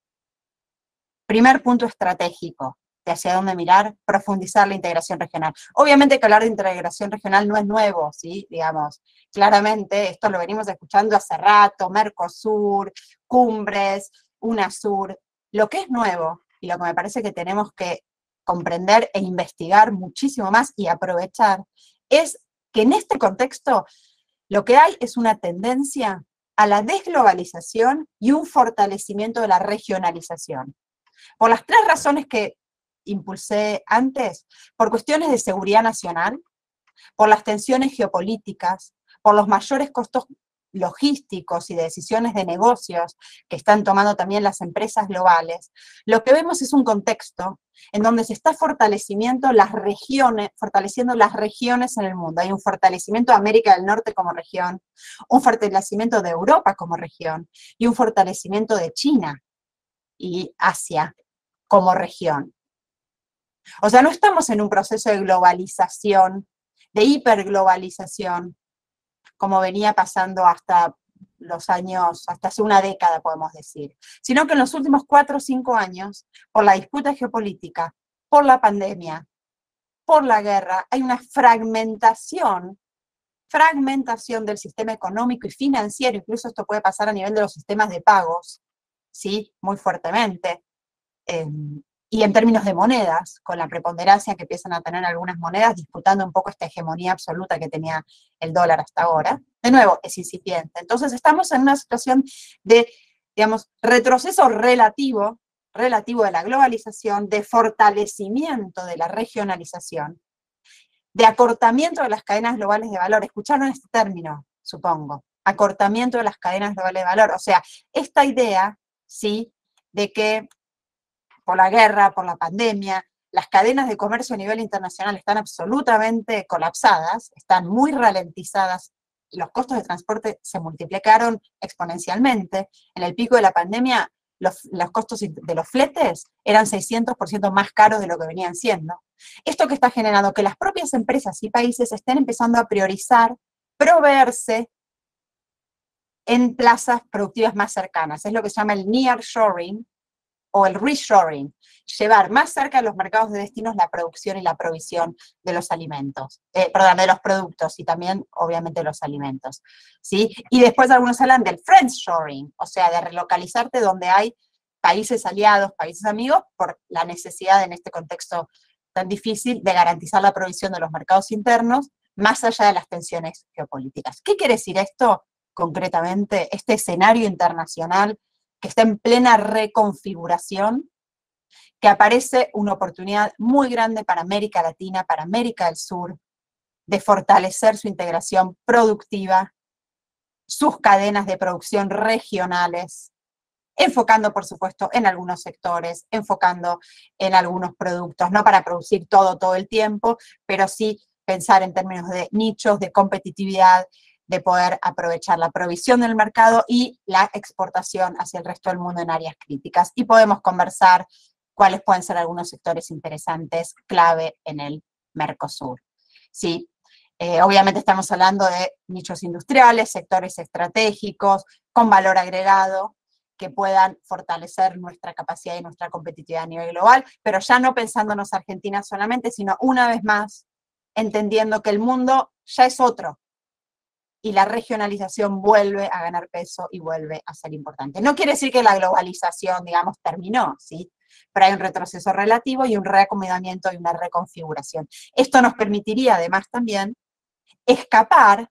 Speaker 3: Primer punto estratégico de hacia dónde mirar, profundizar la integración regional. Obviamente que hablar de integración regional no es nuevo, ¿sí? Digamos, claramente esto lo venimos escuchando hace rato, Mercosur, cumbres, UNASUR. Lo que es nuevo y lo que me parece que tenemos que comprender e investigar muchísimo más y aprovechar es que en este contexto lo que hay es una tendencia a la desglobalización y un fortalecimiento de la regionalización. Por las tres razones que impulsé antes, por cuestiones de seguridad nacional, por las tensiones geopolíticas, por los mayores costos logísticos y de decisiones de negocios que están tomando también las empresas globales, lo que vemos es un contexto en donde se está fortaleciendo las regiones en el mundo. Hay un fortalecimiento de América del Norte como región, un fortalecimiento de Europa como región y un fortalecimiento de China y Asia como región. O sea, no estamos en un proceso de globalización, de hiperglobalización, como venía pasando hasta los años, hasta hace una década podemos decir, sino que en los últimos 4 o 5 años, por la disputa geopolítica, por la pandemia, por la guerra, hay una fragmentación del sistema económico y financiero, incluso esto puede pasar a nivel de los sistemas de pagos, ¿sí? Muy fuertemente, y en términos de monedas, con la preponderancia que empiezan a tener algunas monedas, disputando un poco esta hegemonía absoluta que tenía el dólar hasta ahora. De nuevo, es incipiente. Entonces estamos en una situación de, digamos, retroceso relativo de la globalización, de fortalecimiento de la regionalización, de acortamiento de las cadenas globales de valor. Escucharon este término, supongo, acortamiento de las cadenas globales de valor. O sea, esta idea, ¿sí?, de que por la guerra, por la pandemia, las cadenas de comercio a nivel internacional están absolutamente colapsadas, están muy ralentizadas, los costos de transporte se multiplicaron exponencialmente. En el pico de la pandemia, los costos de los fletes eran 600% más caros de lo que venían siendo. Esto que está generando que las propias empresas y países estén empezando a priorizar proveerse en plazas productivas más cercanas. Es lo que se llama el nearshoring, o el reshoring, llevar más cerca de los mercados de destinos la producción y la provisión de los alimentos, de los productos y también, obviamente, los alimentos, ¿sí? Y después algunos hablan del friendshoring, o sea, de relocalizarte donde hay países aliados, países amigos, por la necesidad en este contexto tan difícil de garantizar la provisión de los mercados internos, más allá de las tensiones geopolíticas. ¿Qué quiere decir esto concretamente? Este escenario internacional que está en plena reconfiguración, que aparece una oportunidad muy grande para América Latina, para América del Sur, de fortalecer su integración productiva, sus cadenas de producción regionales, enfocando, por supuesto, en algunos sectores, enfocando en algunos productos, no para producir todo el tiempo, pero sí pensar en términos de nichos, de competitividad, de poder aprovechar la provisión del mercado y la exportación hacia el resto del mundo en áreas críticas. Y podemos conversar cuáles pueden ser algunos sectores interesantes, clave en el Mercosur. Sí, obviamente estamos hablando de nichos industriales, sectores estratégicos, con valor agregado, que puedan fortalecer nuestra capacidad y nuestra competitividad a nivel global, pero ya no pensándonos Argentina solamente, sino una vez más entendiendo que el mundo ya es otro, y la regionalización vuelve a ganar peso y vuelve a ser importante. No quiere decir que la globalización, digamos, terminó, ¿sí? Pero hay un retroceso relativo y un reacomodamiento y una reconfiguración. Esto nos permitiría, además, también escapar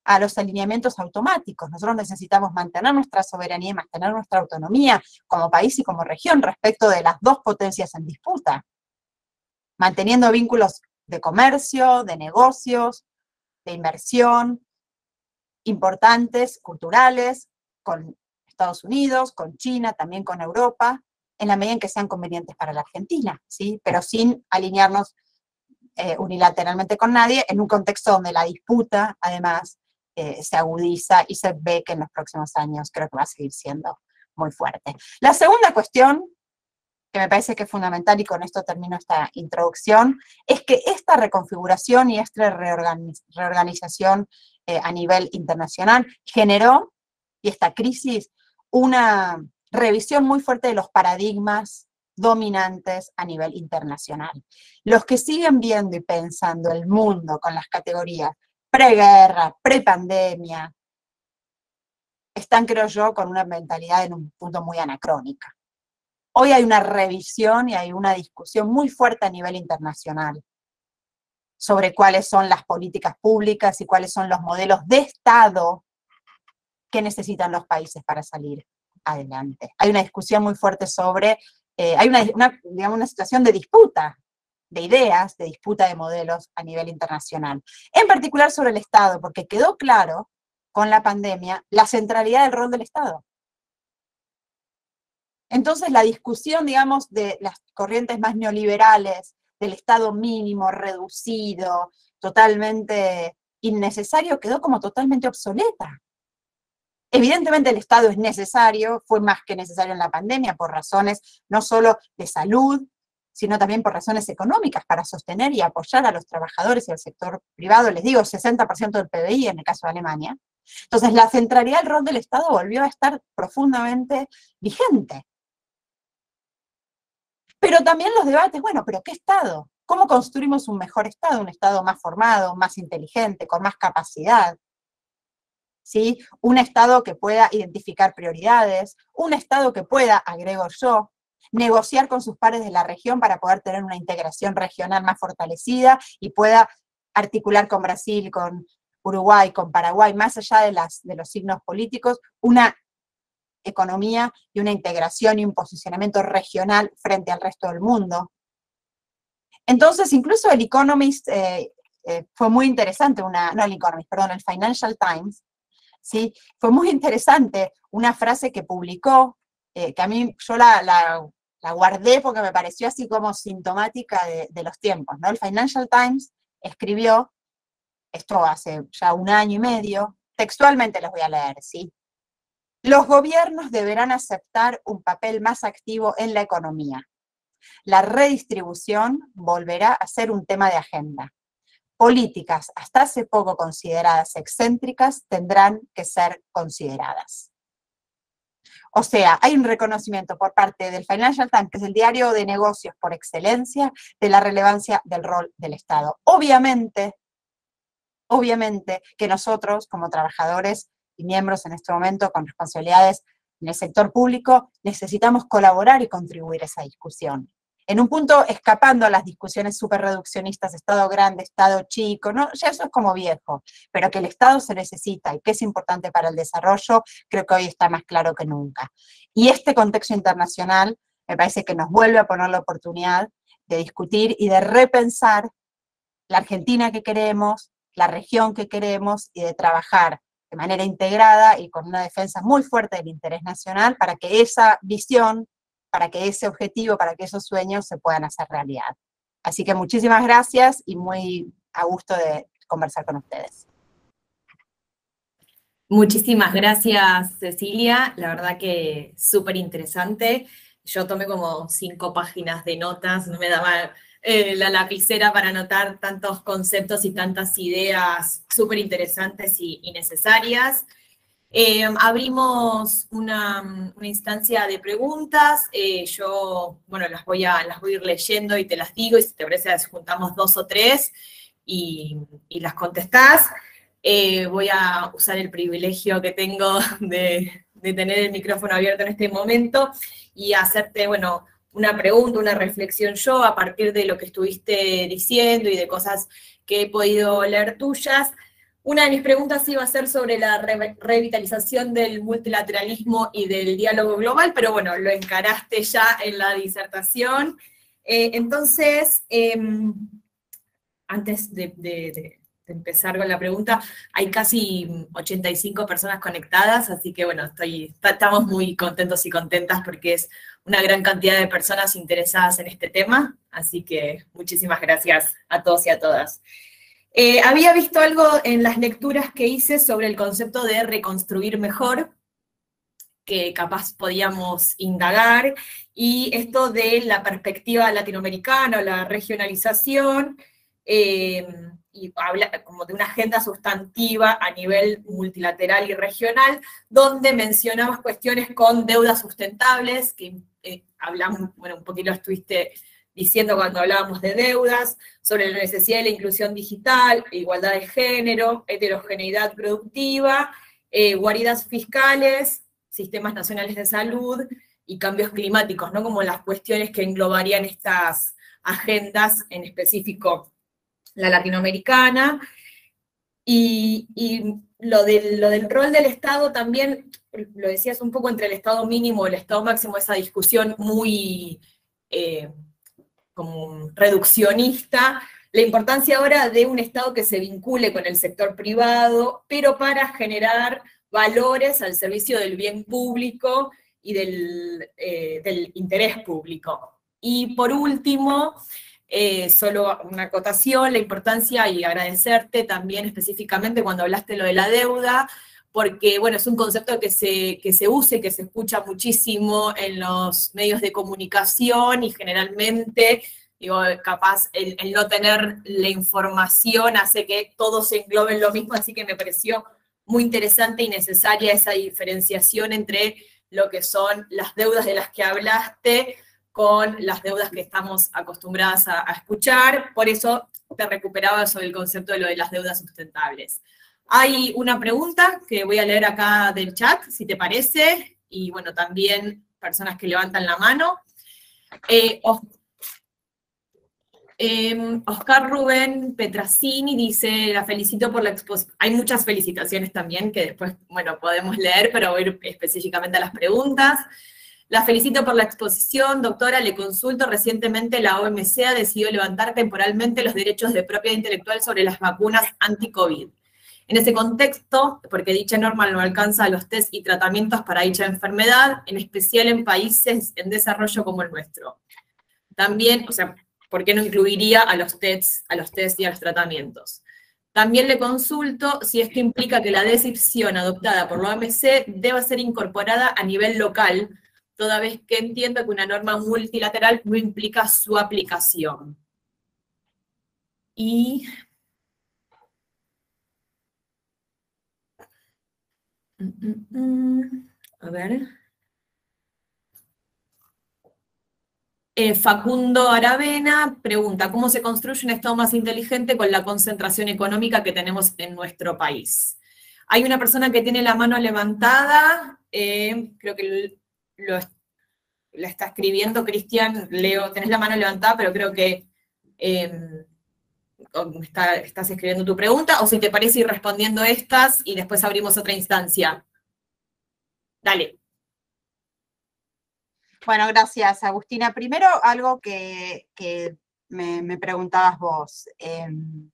Speaker 3: a los alineamientos automáticos. Nosotros necesitamos mantener nuestra soberanía y mantener nuestra autonomía como país y como región respecto de las dos potencias en disputa, manteniendo vínculos de comercio, de negocios, de inversión, importantes, culturales, con Estados Unidos, con China, también con Europa, en la medida en que sean convenientes para la Argentina, ¿sí? Pero sin alinearnos unilateralmente con nadie, en un contexto donde la disputa, además, se agudiza y se ve que en los próximos años creo que va a seguir siendo muy fuerte. La segunda cuestión, que me parece que es fundamental, y con esto termino esta introducción, es que esta reconfiguración y esta reorganización a nivel internacional generó, y esta crisis, una revisión muy fuerte de los paradigmas dominantes a nivel internacional. Los que siguen viendo y pensando el mundo con las categorías preguerra, prepandemia, están, creo yo, con una mentalidad en un punto muy anacrónica. Hoy hay una revisión y hay una discusión muy fuerte a nivel internacional sobre cuáles son las políticas públicas y cuáles son los modelos de Estado que necesitan los países para salir adelante. Hay una discusión muy fuerte sobre, hay una situación de disputa de ideas, de disputa de modelos a nivel internacional. En particular sobre el Estado, porque quedó claro con la pandemia la centralidad del rol del Estado. Entonces la discusión, digamos, de las corrientes más neoliberales, del Estado mínimo, reducido, totalmente innecesario, quedó como totalmente obsoleta. Evidentemente el Estado es necesario, fue más que necesario en la pandemia por razones no solo de salud, sino también por razones económicas para sostener y apoyar a los trabajadores y al sector privado, les digo, 60% del PBI en el caso de Alemania. Entonces la centralidad del rol del Estado volvió a estar profundamente vigente. Pero también los debates, bueno, ¿pero qué Estado? ¿Cómo construimos un mejor Estado? Un Estado más formado, más inteligente, con más capacidad. ¿Sí? Un Estado que pueda identificar prioridades, un Estado que pueda, agrego yo, negociar con sus pares de la región para poder tener una integración regional más fortalecida y pueda articular con Brasil, con Uruguay, con Paraguay, más allá de los signos políticos, una economía y una integración y un posicionamiento regional frente al resto del mundo. Entonces, incluso el Economist fue muy interesante, no el Economist, perdón, el Financial Times, ¿sí? Fue muy interesante una frase que publicó, que a mí yo la guardé porque me pareció así como sintomática de los tiempos, ¿no? El Financial Times escribió, esto hace ya 1 año y medio, textualmente los voy a leer, ¿sí? Los gobiernos deberán aceptar un papel más activo en la economía. La redistribución volverá a ser un tema de agenda. Políticas hasta hace poco consideradas excéntricas tendrán que ser consideradas. O sea, hay un reconocimiento por parte del Financial Times, que es el diario de negocios por excelencia, de la relevancia del rol del Estado. Obviamente que nosotros, como trabajadores y miembros en este momento con responsabilidades en el sector público, necesitamos colaborar y contribuir a esa discusión. En un punto, escapando a las discusiones súper reduccionistas, Estado grande, Estado chico, ¿no? Ya eso es como viejo, pero que el Estado se necesita y que es importante para el desarrollo, creo que hoy está más claro que nunca. Y este contexto internacional me parece que nos vuelve a poner la oportunidad de discutir y de repensar la Argentina que queremos, la región que queremos, y de trabajar de manera integrada y con una defensa muy fuerte del interés nacional para que esa visión, para que ese objetivo, para que esos sueños se puedan hacer realidad. Así que muchísimas gracias y muy a gusto de conversar con ustedes.
Speaker 1: Muchísimas gracias, Cecilia. La verdad que súper interesante. Yo tomé como 5 páginas de notas, no me daba la lapicera para anotar tantos conceptos y tantas ideas súper interesantes y necesarias. Abrimos una instancia de preguntas. Yo, bueno, las voy a ir leyendo y te las digo, y si te parece, juntamos 2 o 3 y las contestás. Voy a usar el privilegio que tengo de tener el micrófono abierto en este momento y hacerte, bueno, una pregunta, una reflexión yo a partir de lo que estuviste diciendo y de cosas que he podido leer tuyas. Una de mis preguntas iba a ser sobre la revitalización del multilateralismo y del diálogo global, pero bueno, lo encaraste ya en la disertación. Entonces, antes de empezar con la pregunta, hay casi 85 personas conectadas, así que bueno, estamos muy contentos y contentas porque es una gran cantidad de personas interesadas en este tema, así que muchísimas gracias a todos y a todas. Había visto algo en las lecturas que hice sobre el concepto de reconstruir mejor, que capaz podíamos indagar, y esto de la perspectiva latinoamericana, o la regionalización, y habla como de una agenda sustantiva a nivel multilateral y regional, donde mencionabas cuestiones con deudas sustentables, que hablamos, bueno, un poquito estuviste diciendo cuando hablábamos de deudas, sobre la necesidad de la inclusión digital, igualdad de género, heterogeneidad productiva, guaridas fiscales, sistemas nacionales de salud y cambios climáticos, ¿no? Como las cuestiones que englobarían estas agendas, en específico la latinoamericana. Y lo del rol del Estado también, lo decías un poco entre el Estado mínimo y el Estado máximo, esa discusión muy como reduccionista, la importancia ahora de un Estado que se vincule con el sector privado, pero para generar valores al servicio del bien público y del interés público. Y por último, solo una acotación, la importancia, y agradecerte también específicamente cuando hablaste lo de la deuda, porque bueno, es un concepto que se usa y que se escucha muchísimo en los medios de comunicación y generalmente, digo, capaz el no tener la información hace que todos se engloben lo mismo, así que me pareció muy interesante y necesaria esa diferenciación entre lo que son las deudas de las que hablaste con las deudas que estamos acostumbradas a escuchar. Por eso te recuperaba sobre el concepto de lo de las deudas sustentables. Hay una pregunta que voy a leer acá del chat, si te parece, y bueno, también personas que levantan la mano. Oscar Rubén Petrasini dice, la felicito por la exposición. Hay muchas felicitaciones también que después, bueno, podemos leer, pero voy a ir específicamente a las preguntas. La felicito por la exposición, doctora, le consulto, recientemente la OMC ha decidido levantar temporalmente los derechos de propiedad intelectual sobre las vacunas anti-COVID. En ese contexto, porque dicha norma no alcanza a los test y tratamientos para dicha enfermedad, en especial en países en desarrollo como el nuestro. También, o sea, ¿por qué no incluiría a los test y a los tratamientos? También le consulto si esto implica que la decisión adoptada por la OMC deba ser incorporada a nivel local, toda vez que entiendo que una norma multilateral no implica su aplicación. Y a ver. Facundo Aravena pregunta, ¿cómo se construye un Estado más inteligente con la concentración económica que tenemos en nuestro país? Hay una persona que tiene la mano levantada, creo que la está escribiendo Cristian, Leo, tenés la mano levantada, pero creo que estás escribiendo tu pregunta, o si te parece ir respondiendo estas y después abrimos otra instancia. Dale.
Speaker 3: Bueno, gracias, Agustina. Primero, algo que me preguntabas vos. En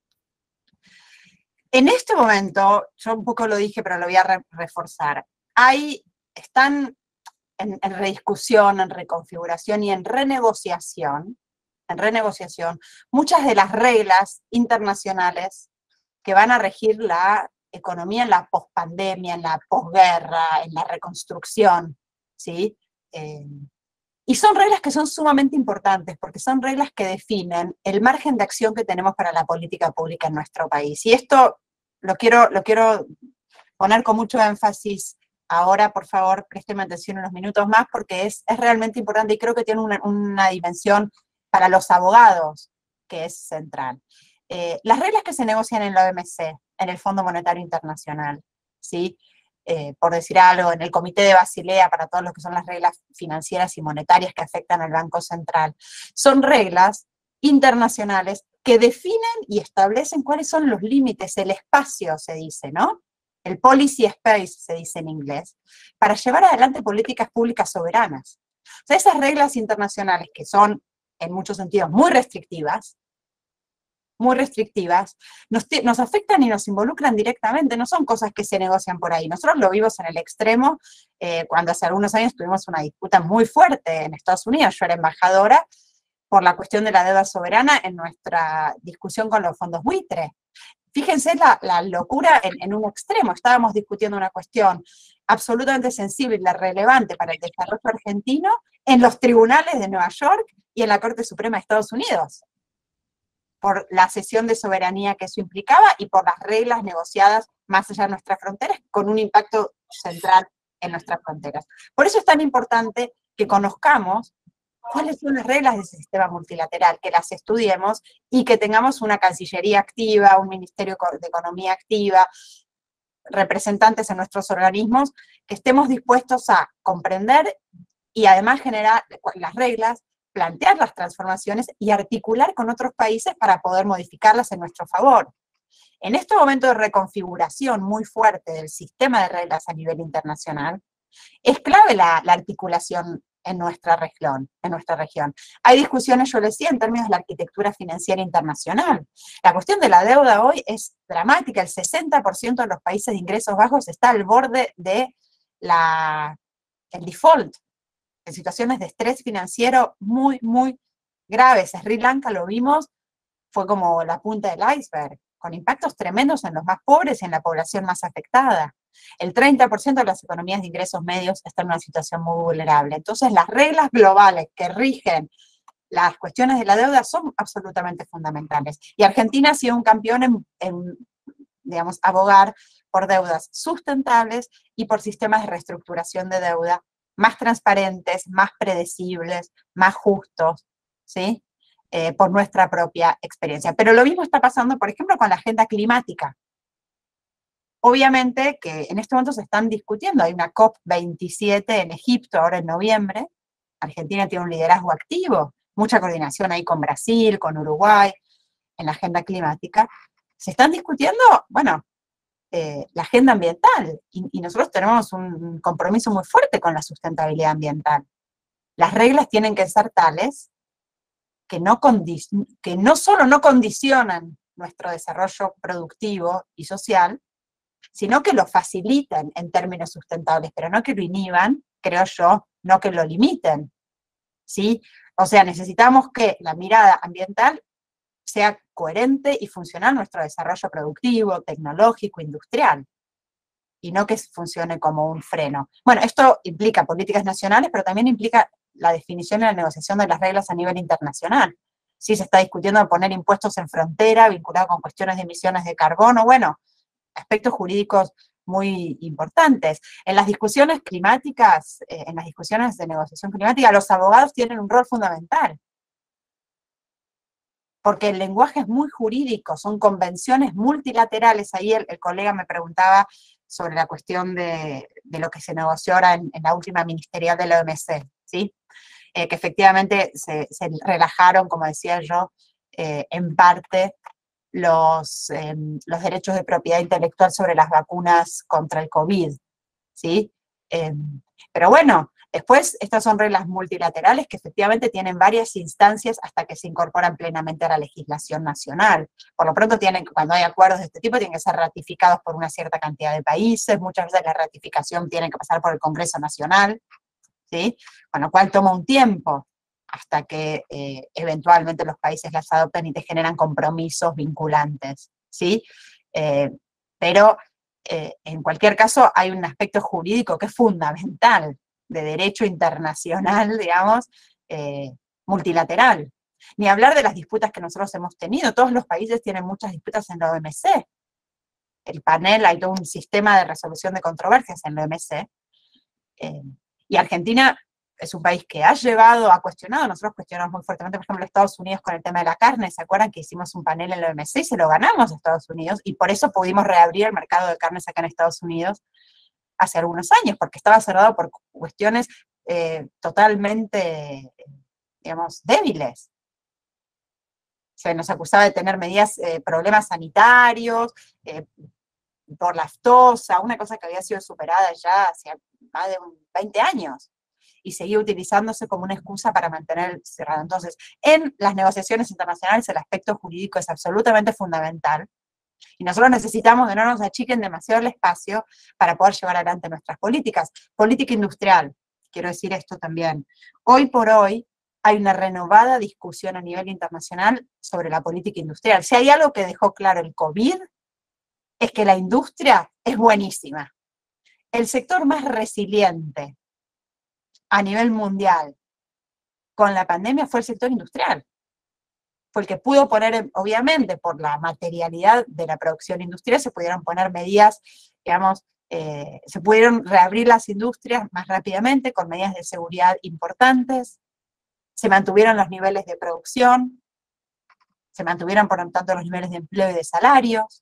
Speaker 3: este momento, yo un poco lo dije, pero lo voy a reforzar. Están en rediscusión, en reconfiguración y en renegociación, muchas de las reglas internacionales que van a regir la economía en la pospandemia, en la posguerra, en la reconstrucción, ¿sí? Y son reglas que son sumamente importantes, porque son reglas que definen el margen de acción que tenemos para la política pública en nuestro país. Y esto lo quiero poner con mucho énfasis ahora, por favor, présteme atención unos minutos más, porque es realmente importante y creo que tiene una dimensión para los abogados que es central. Las reglas que se negocian en la OMC, en el Fondo Monetario Internacional, ¿sí? Por decir algo, en el Comité de Basilea, para todo lo que son las reglas financieras y monetarias que afectan al Banco Central, son reglas internacionales que definen y establecen cuáles son los límites, el espacio, se dice, ¿no? El policy space, se dice en inglés, para llevar adelante políticas públicas soberanas. O sea, esas reglas internacionales que son, en muchos sentidos, muy restrictivas, nos afectan y nos involucran directamente, no son cosas que se negocian por ahí. Nosotros lo vimos en el extremo cuando hace algunos años tuvimos una disputa muy fuerte en Estados Unidos. Yo era embajadora por la cuestión de la deuda soberana en nuestra discusión con los fondos buitre. Fíjense la locura en un extremo. Estábamos discutiendo una cuestión absolutamente sensible y relevante para el desarrollo argentino en los tribunales de Nueva York y en la Corte Suprema de Estados Unidos, por la cesión de soberanía que eso implicaba y por las reglas negociadas más allá de nuestras fronteras, con un impacto central en nuestras fronteras. Por eso es tan importante que conozcamos cuáles son las reglas de ese sistema multilateral, que las estudiemos y que tengamos una Cancillería activa, un Ministerio de Economía activa, representantes en nuestros organismos, que estemos dispuestos a comprender y además generar las reglas, plantear las transformaciones y articular con otros países para poder modificarlas en nuestro favor. En este momento de reconfiguración muy fuerte del sistema de reglas a nivel internacional, es clave la articulación en nuestra región. Hay discusiones, yo les decía, en términos de la arquitectura financiera internacional. La cuestión de la deuda hoy es dramática. El 60% de los países de ingresos bajos está al borde de el default, en situaciones de estrés financiero muy, muy graves. Sri Lanka, lo vimos, fue como la punta del iceberg, con impactos tremendos en los más pobres y en la población más afectada. El 30% de las economías de ingresos medios están en una situación muy vulnerable. Entonces, las reglas globales que rigen las cuestiones de la deuda son absolutamente fundamentales. Y Argentina ha sido un campeón digamos, abogar por deudas sustentables y por sistemas de reestructuración de deuda más transparentes, más predecibles, más justos, ¿sí? Por nuestra propia experiencia. Pero lo mismo está pasando, por ejemplo, con la agenda climática. Obviamente que en este momento se están discutiendo, hay una COP27 en Egipto ahora en noviembre, Argentina tiene un liderazgo activo, mucha coordinación ahí con Brasil, con Uruguay, en la agenda climática. Se están discutiendo, bueno, la agenda ambiental, y nosotros tenemos un compromiso muy fuerte con la sustentabilidad ambiental. Las reglas tienen que ser tales que no solo no condicionan nuestro desarrollo productivo y social, sino que lo faciliten en términos sustentables, pero no que lo inhiban, creo yo, no que lo limiten, ¿sí? O sea, necesitamos que la mirada ambiental sea coherente y funcional a nuestro desarrollo productivo, tecnológico, industrial, y no que funcione como un freno. Bueno, esto implica políticas nacionales, pero también implica la definición y la negociación de las reglas a nivel internacional. Sí, se está discutiendo poner impuestos en frontera vinculados con cuestiones de emisiones de carbono, bueno, aspectos jurídicos muy importantes. En las discusiones climáticas, en las discusiones de negociación climática, los abogados tienen un rol fundamental, porque el lenguaje es muy jurídico, son convenciones multilaterales. Ahí el colega me preguntaba sobre la cuestión de lo que se negoció ahora en la última ministerial de la OMC, ¿sí? Que efectivamente se relajaron, como decía yo, en parte los derechos de propiedad intelectual sobre las vacunas contra el COVID, ¿sí? Pero bueno, después estas son reglas multilaterales que efectivamente tienen varias instancias hasta que se incorporan plenamente a la legislación nacional. Por lo pronto, cuando hay acuerdos de este tipo, tienen que ser ratificados por una cierta cantidad de países, muchas veces la ratificación tiene que pasar por el Congreso Nacional, ¿sí? Con lo cual toma un tiempo hasta que eventualmente los países las adopten y te generan compromisos vinculantes, ¿sí? Pero en cualquier caso hay un aspecto jurídico que es fundamental, de derecho internacional, digamos, multilateral. Ni hablar de las disputas que nosotros hemos tenido. Todos los países tienen muchas disputas en la OMC. El panel, hay todo un sistema de resolución de controversias en la OMC. Y Argentina es un país que ha cuestionado, nosotros cuestionamos muy fuertemente, por ejemplo, Estados Unidos con el tema de la carne. ¿Se acuerdan que hicimos un panel en la OMC y se lo ganamos a Estados Unidos? Y por eso pudimos reabrir el mercado de carnes acá en Estados Unidos hace algunos años, porque estaba cerrado por cuestiones totalmente, digamos, débiles. se nos acusaba de tener problemas sanitarios, por la aftosa, una cosa que había sido superada ya hace más de 20 años, y seguía utilizándose como una excusa para mantener cerrado. Entonces, en las negociaciones internacionales el aspecto jurídico es absolutamente fundamental, y nosotros necesitamos que no nos achiquen demasiado el espacio para poder llevar adelante nuestras políticas. Política industrial, quiero decir esto también. Hoy por hoy hay una renovada discusión a nivel internacional sobre la política industrial. Si hay algo que dejó claro el COVID, es que la industria es buenísima. El sector más resiliente a nivel mundial con la pandemia fue el sector industrial, porque pudo poner, obviamente, por la materialidad de la producción industrial, se pudieron poner medidas, digamos, se pudieron reabrir las industrias más rápidamente, con medidas de seguridad importantes, se mantuvieron los niveles de producción, se mantuvieron, por lo tanto, los niveles de empleo y de salarios,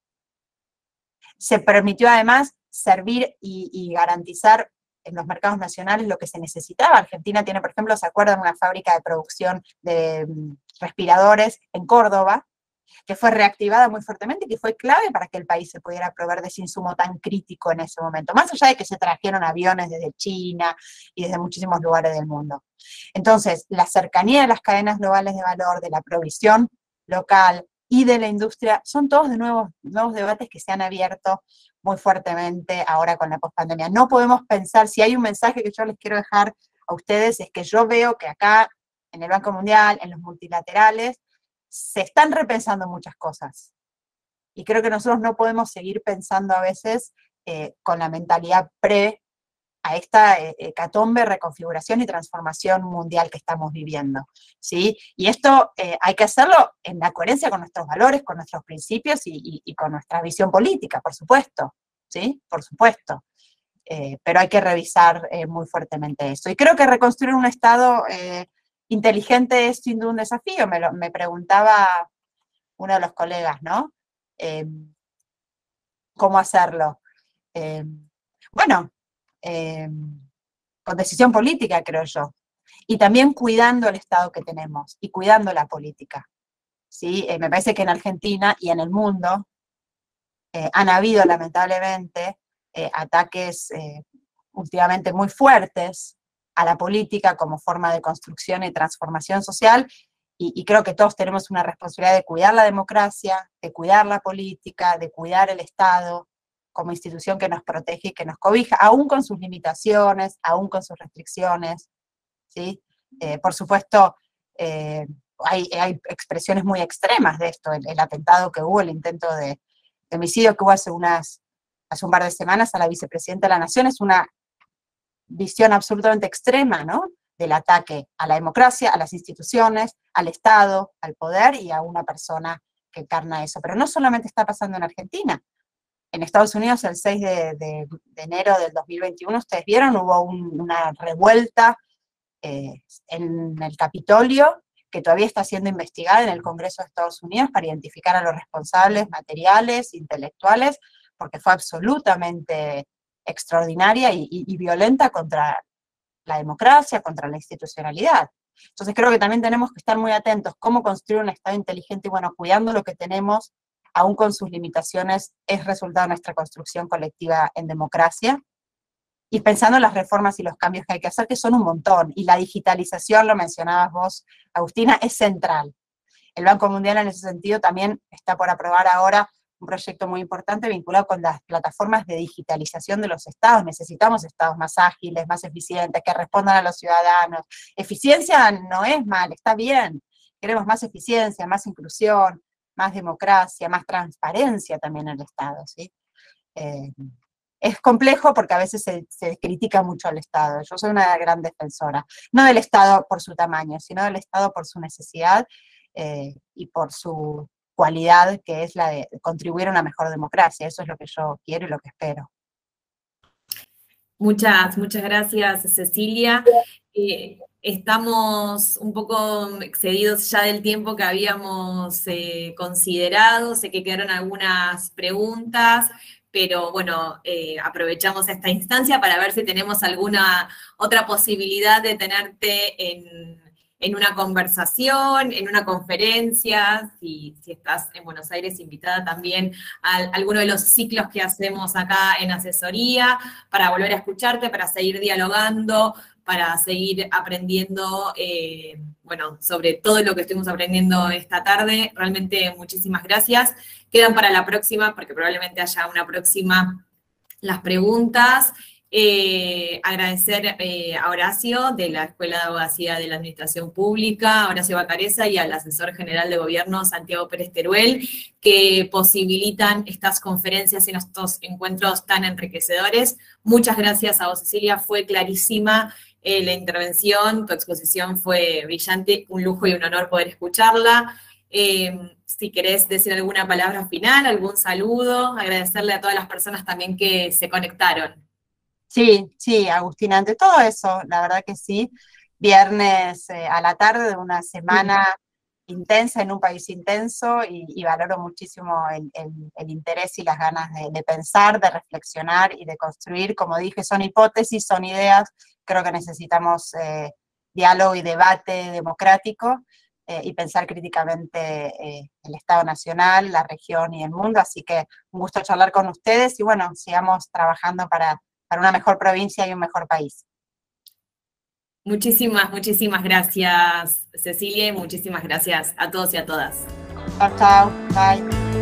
Speaker 3: se permitió además servir y garantizar en los mercados nacionales lo que se necesitaba. Argentina tiene, por ejemplo, ¿se acuerdan? Una fábrica de producción de respiradores en Córdoba, que fue reactivada muy fuertemente y que fue clave para que el país se pudiera proveer de ese insumo tan crítico en ese momento, más allá de que se trajeron aviones desde China y desde muchísimos lugares del mundo. Entonces, la cercanía de las cadenas globales de valor, de la provisión local y de la industria, son todos de nuevos debates que se han abierto muy fuertemente ahora con la pospandemia. No podemos pensar, si hay un mensaje que yo les quiero dejar a ustedes, es que yo veo que acá, en el Banco Mundial, en los multilaterales, se están repensando muchas cosas. Y creo que nosotros no podemos seguir pensando a veces con la mentalidad a esta hecatombe, reconfiguración y transformación mundial que estamos viviendo, ¿sí? Y esto hay que hacerlo en la coherencia con nuestros valores, con nuestros principios y con nuestra visión política, por supuesto, ¿sí? Por supuesto. Pero hay que revisar muy fuertemente eso. Y creo que reconstruir un Estado inteligente es sin duda un desafío. Me preguntaba uno de los colegas, ¿no? ¿Cómo hacerlo? Bueno, con decisión política, creo yo. Y también cuidando el Estado que tenemos y cuidando la política. ¿Sí? Me parece que en Argentina y en el mundo han habido lamentablemente ataques últimamente muy fuertes a la política como forma de construcción y transformación social, y creo que todos tenemos una responsabilidad de cuidar la democracia, de cuidar la política, de cuidar el Estado como institución que nos protege y que nos cobija, aún con sus limitaciones, aún con sus restricciones, ¿sí? Por supuesto, hay expresiones muy extremas de esto, el atentado que hubo, el intento de homicidio que hubo hace un par de semanas a la vicepresidenta de la Nación, es una visión absolutamente extrema, ¿no? Del ataque a la democracia, a las instituciones, al Estado, al poder y a una persona que encarna eso. Pero no solamente está pasando en Argentina. En Estados Unidos, el 6 de enero del 2021, ustedes vieron, hubo una revuelta en el Capitolio, que todavía está siendo investigada en el Congreso de Estados Unidos para identificar a los responsables materiales, intelectuales, porque fue absolutamente extraordinaria y violenta contra la democracia, contra la institucionalidad. Entonces creo que también tenemos que estar muy atentos cómo construir un Estado inteligente y bueno, cuidando lo que tenemos, aún con sus limitaciones, es resultado de nuestra construcción colectiva en democracia. Y pensando en las reformas y los cambios que hay que hacer, que son un montón, y la digitalización, lo mencionabas vos, Agustina, es central. El Banco Mundial en ese sentido también está por aprobar ahora un proyecto muy importante vinculado con las plataformas de digitalización de los estados. Necesitamos estados más ágiles, más eficientes, que respondan a los ciudadanos. Eficiencia no es mal, está bien. Queremos más eficiencia, más inclusión, más democracia, más transparencia también en el Estado, ¿sí? Es complejo porque a veces se critica mucho al Estado. Yo soy una gran defensora, no del Estado por su tamaño, sino del Estado por su necesidad y por su cualidad, que es la de contribuir a una mejor democracia. Eso es lo que yo quiero y lo que espero.
Speaker 1: Muchas gracias, Cecilia. Estamos un poco excedidos ya del tiempo que habíamos considerado. Sé que quedaron algunas preguntas, pero bueno, aprovechamos esta instancia para ver si tenemos alguna otra posibilidad de tenerte en una conversación, en una conferencia, si estás en Buenos Aires, invitada también a alguno de los ciclos que hacemos acá en asesoría, para volver a escucharte, para seguir dialogando, para seguir aprendiendo, bueno, sobre todo lo que estuvimos aprendiendo esta tarde. Realmente muchísimas gracias. Quedan para la próxima, porque probablemente haya una próxima, las preguntas. Agradecer a Horacio de la Escuela de Abogacía de la Administración Pública, Horacio Bacareza, y al asesor general de gobierno, Santiago Pérez Teruel, que posibilitan estas conferencias y estos encuentros tan enriquecedores. Muchas gracias a vos, Cecilia, fue clarísima la intervención, tu exposición fue brillante, un lujo y un honor poder escucharla. Si querés decir alguna palabra final, algún saludo, agradecerle a todas las personas también que se conectaron.
Speaker 3: Sí, sí, Agustina, ante todo eso, la verdad que sí. Viernes a la tarde de una semana intensa en un país intenso y valoro muchísimo el interés y las ganas de pensar, de reflexionar y de construir. Como dije, son hipótesis, son ideas. Creo que necesitamos diálogo y debate democrático y pensar críticamente el Estado Nacional, la región y el mundo. Así que un gusto charlar con ustedes y bueno, sigamos trabajando para una mejor provincia y un mejor país.
Speaker 1: Muchísimas gracias, Cecilia, y muchísimas gracias a todos y a todas.
Speaker 3: Chao, chao, bye.